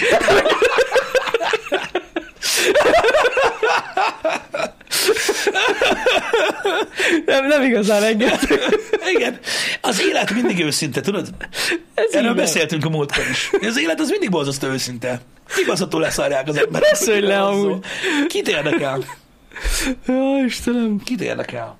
Nem igazán enged. Igen. Az élet mindig őszinte, tudod? Erről beszéltünk a múltkor is. Az élet az mindig borzasztó őszinte. Kibaszottul leszarják az emberek. Beszélj le amúgy. Kit érdekel? Jó, Istenem. Kit érdekel?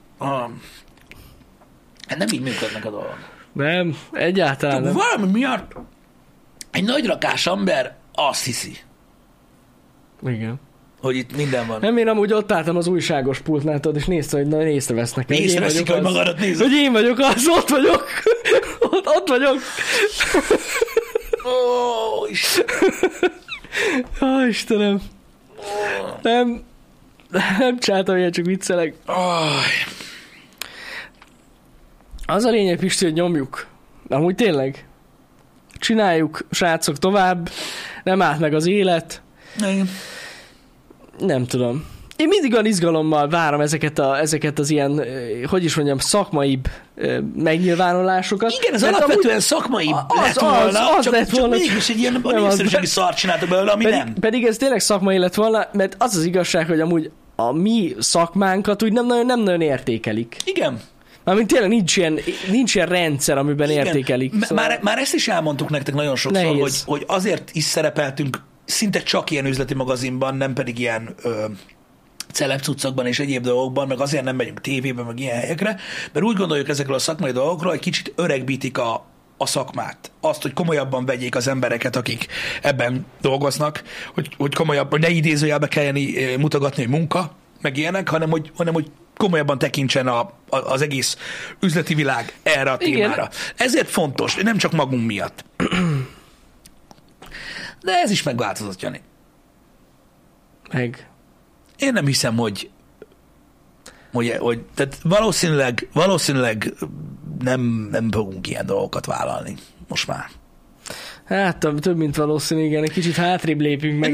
Hát nem így működnek a dolgok. Nem, egyáltalán nem. Valami miatt egy nagy rakás ember azt hiszi. Igen. Hogy itt minden van. Nem, én amúgy ott álltam az újságos pultnál, tudod, és nézte, hogy nagyon észrevesznek. Észreveszik, hogy magadat nézed. Hogy én vagyok az, ott vagyok. ott vagyok. Ó, Istenem. Istenem. Nem csináltam ilyen, csak viccelek. Az a lényeg, Pisti, hogy nyomjuk. Amúgy tényleg. Csináljuk, srácok, tovább. Nem állt meg az élet. Igen. Nem tudom. Én mindig olyan izgalommal várom ezeket az ilyen, hogy is mondjam, szakmaibb megnyilvánulásokat. Igen, ez alapvetően szakmaibb lett volna, csak mégis egy ilyen népszerűségi szart csináltak belőle, ami nem. Pedig ez tényleg szakmai lett volna, mert az az igazság, hogy amúgy a mi szakmánkat úgy nem nagyon értékelik. Igen. Mármint tényleg nincs ilyen rendszer, amiben igen. Értékelik. Szóval... Már ezt is elmondtuk nektek nagyon sokszor, hogy azért is szerepeltünk szinte csak ilyen üzleti magazinban, nem pedig ilyen celebcuccokban és egyéb dolgokban, meg azért nem megyünk tévében, meg ilyen helyekre, mert úgy gondoljuk ezekről a szakmai dolgokról, hogy kicsit öregbítik a szakmát. Azt, hogy komolyabban vegyék az embereket, akik ebben dolgoznak, hogy komolyabban, hogy ne idézőjelbe kelljen mutogatni, hogy munka, meg ilyenek, hanem hogy komolyabban tekintsen az egész üzleti világ erre a témára. Igen. Ezért fontos, nem csak magunk miatt. De ez is megváltozott, Jani. Meg. Én nem hiszem, hogy tehát valószínűleg nem fogunk ilyen dolgokat vállalni most már. Hát több, mint valószínű, igen, egy kicsit hátrébb lépünk meg.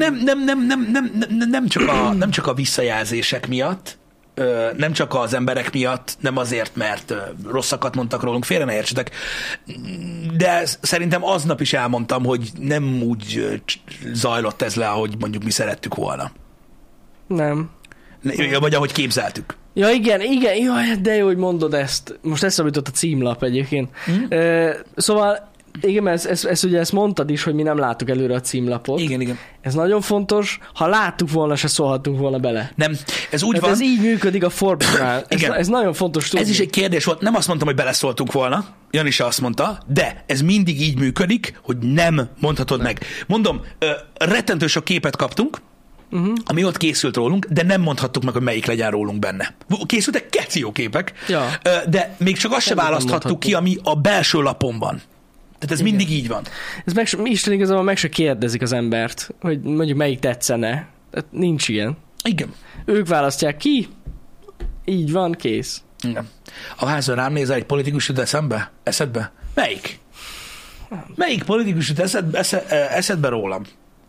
Nem csak a visszajelzések miatt, nem csak az emberek miatt, nem azért, mert rosszakat mondtak rólunk, félre ne értsetek, de szerintem aznap is elmondtam, hogy nem úgy zajlott ez le, ahogy mondjuk mi szerettük volna. Nem. Vagy ahogy képzeltük. Ja, igen, jaj, de jó, hogy mondod ezt. Most eszembe jutott a címlap egyébként. Szóval Igen, ezt ugye ezt mondtad is, hogy mi nem láttuk előre a címlapot. Igen. Ez nagyon fontos. Ha láttuk volna, se szólhattunk volna bele. Nem, ez úgy van. Ez így működik a Forbes-nál. Ez nagyon fontos tudni. Ez is egy kérdés volt. Nem azt mondtam, hogy beleszóltunk volna. Jani se azt mondta, de ez mindig így működik, hogy nem mondhatod meg. Mondom, rettentő sok képet kaptunk, ami ott készült rólunk, de nem mondhattuk meg, hogy melyik legyen rólunk benne. Készültek keci jó képek, de még csak azt se választhattuk ki, ami a belső lapon van. Tehát ez mindig így van. Ez Isten igazából meg se kérdezik az embert, hogy mondjuk melyik tetszene. Tehát nincs ilyen. Igen. Ők választják ki, így van, kész. Igen. A házon rám nézel, egy politikus jut eszedbe? Melyik? Melyik politikus jut eszedbe rólam?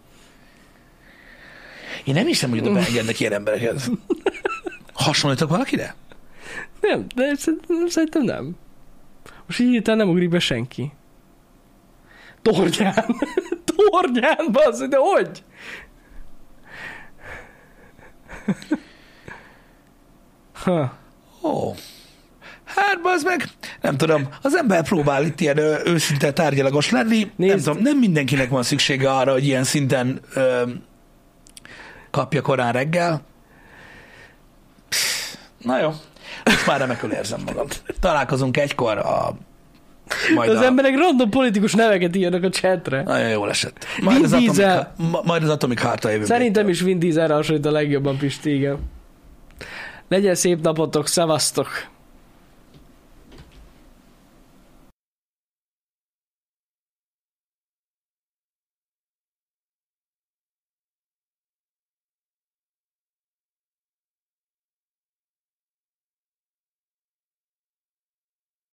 Én nem hiszem, hogy oda beengednek ilyen embereket. Hasonlítok valakire? Nem, de szerintem nem. Most így hirtelen nem ugrik be senki. Torgyán, bazd, de hogy? Hát bazd meg, nem tudom, az ember próbál itt ilyen őszinte tárgyalagos lenni. Nem tudom, nem mindenkinek van szüksége arra, hogy ilyen szinten kapja korán reggel. Na jó, most már remekül érzem magam. Találkozunk egykor az emberek random politikus neveket írnak a chatre. Nagyon jól esett. Majd az Atomic Heart-a jövő. Szerintem is Vin Dieselre hasonlít a legjobban, Pisti, igen. Legyen szép napotok, szevasztok!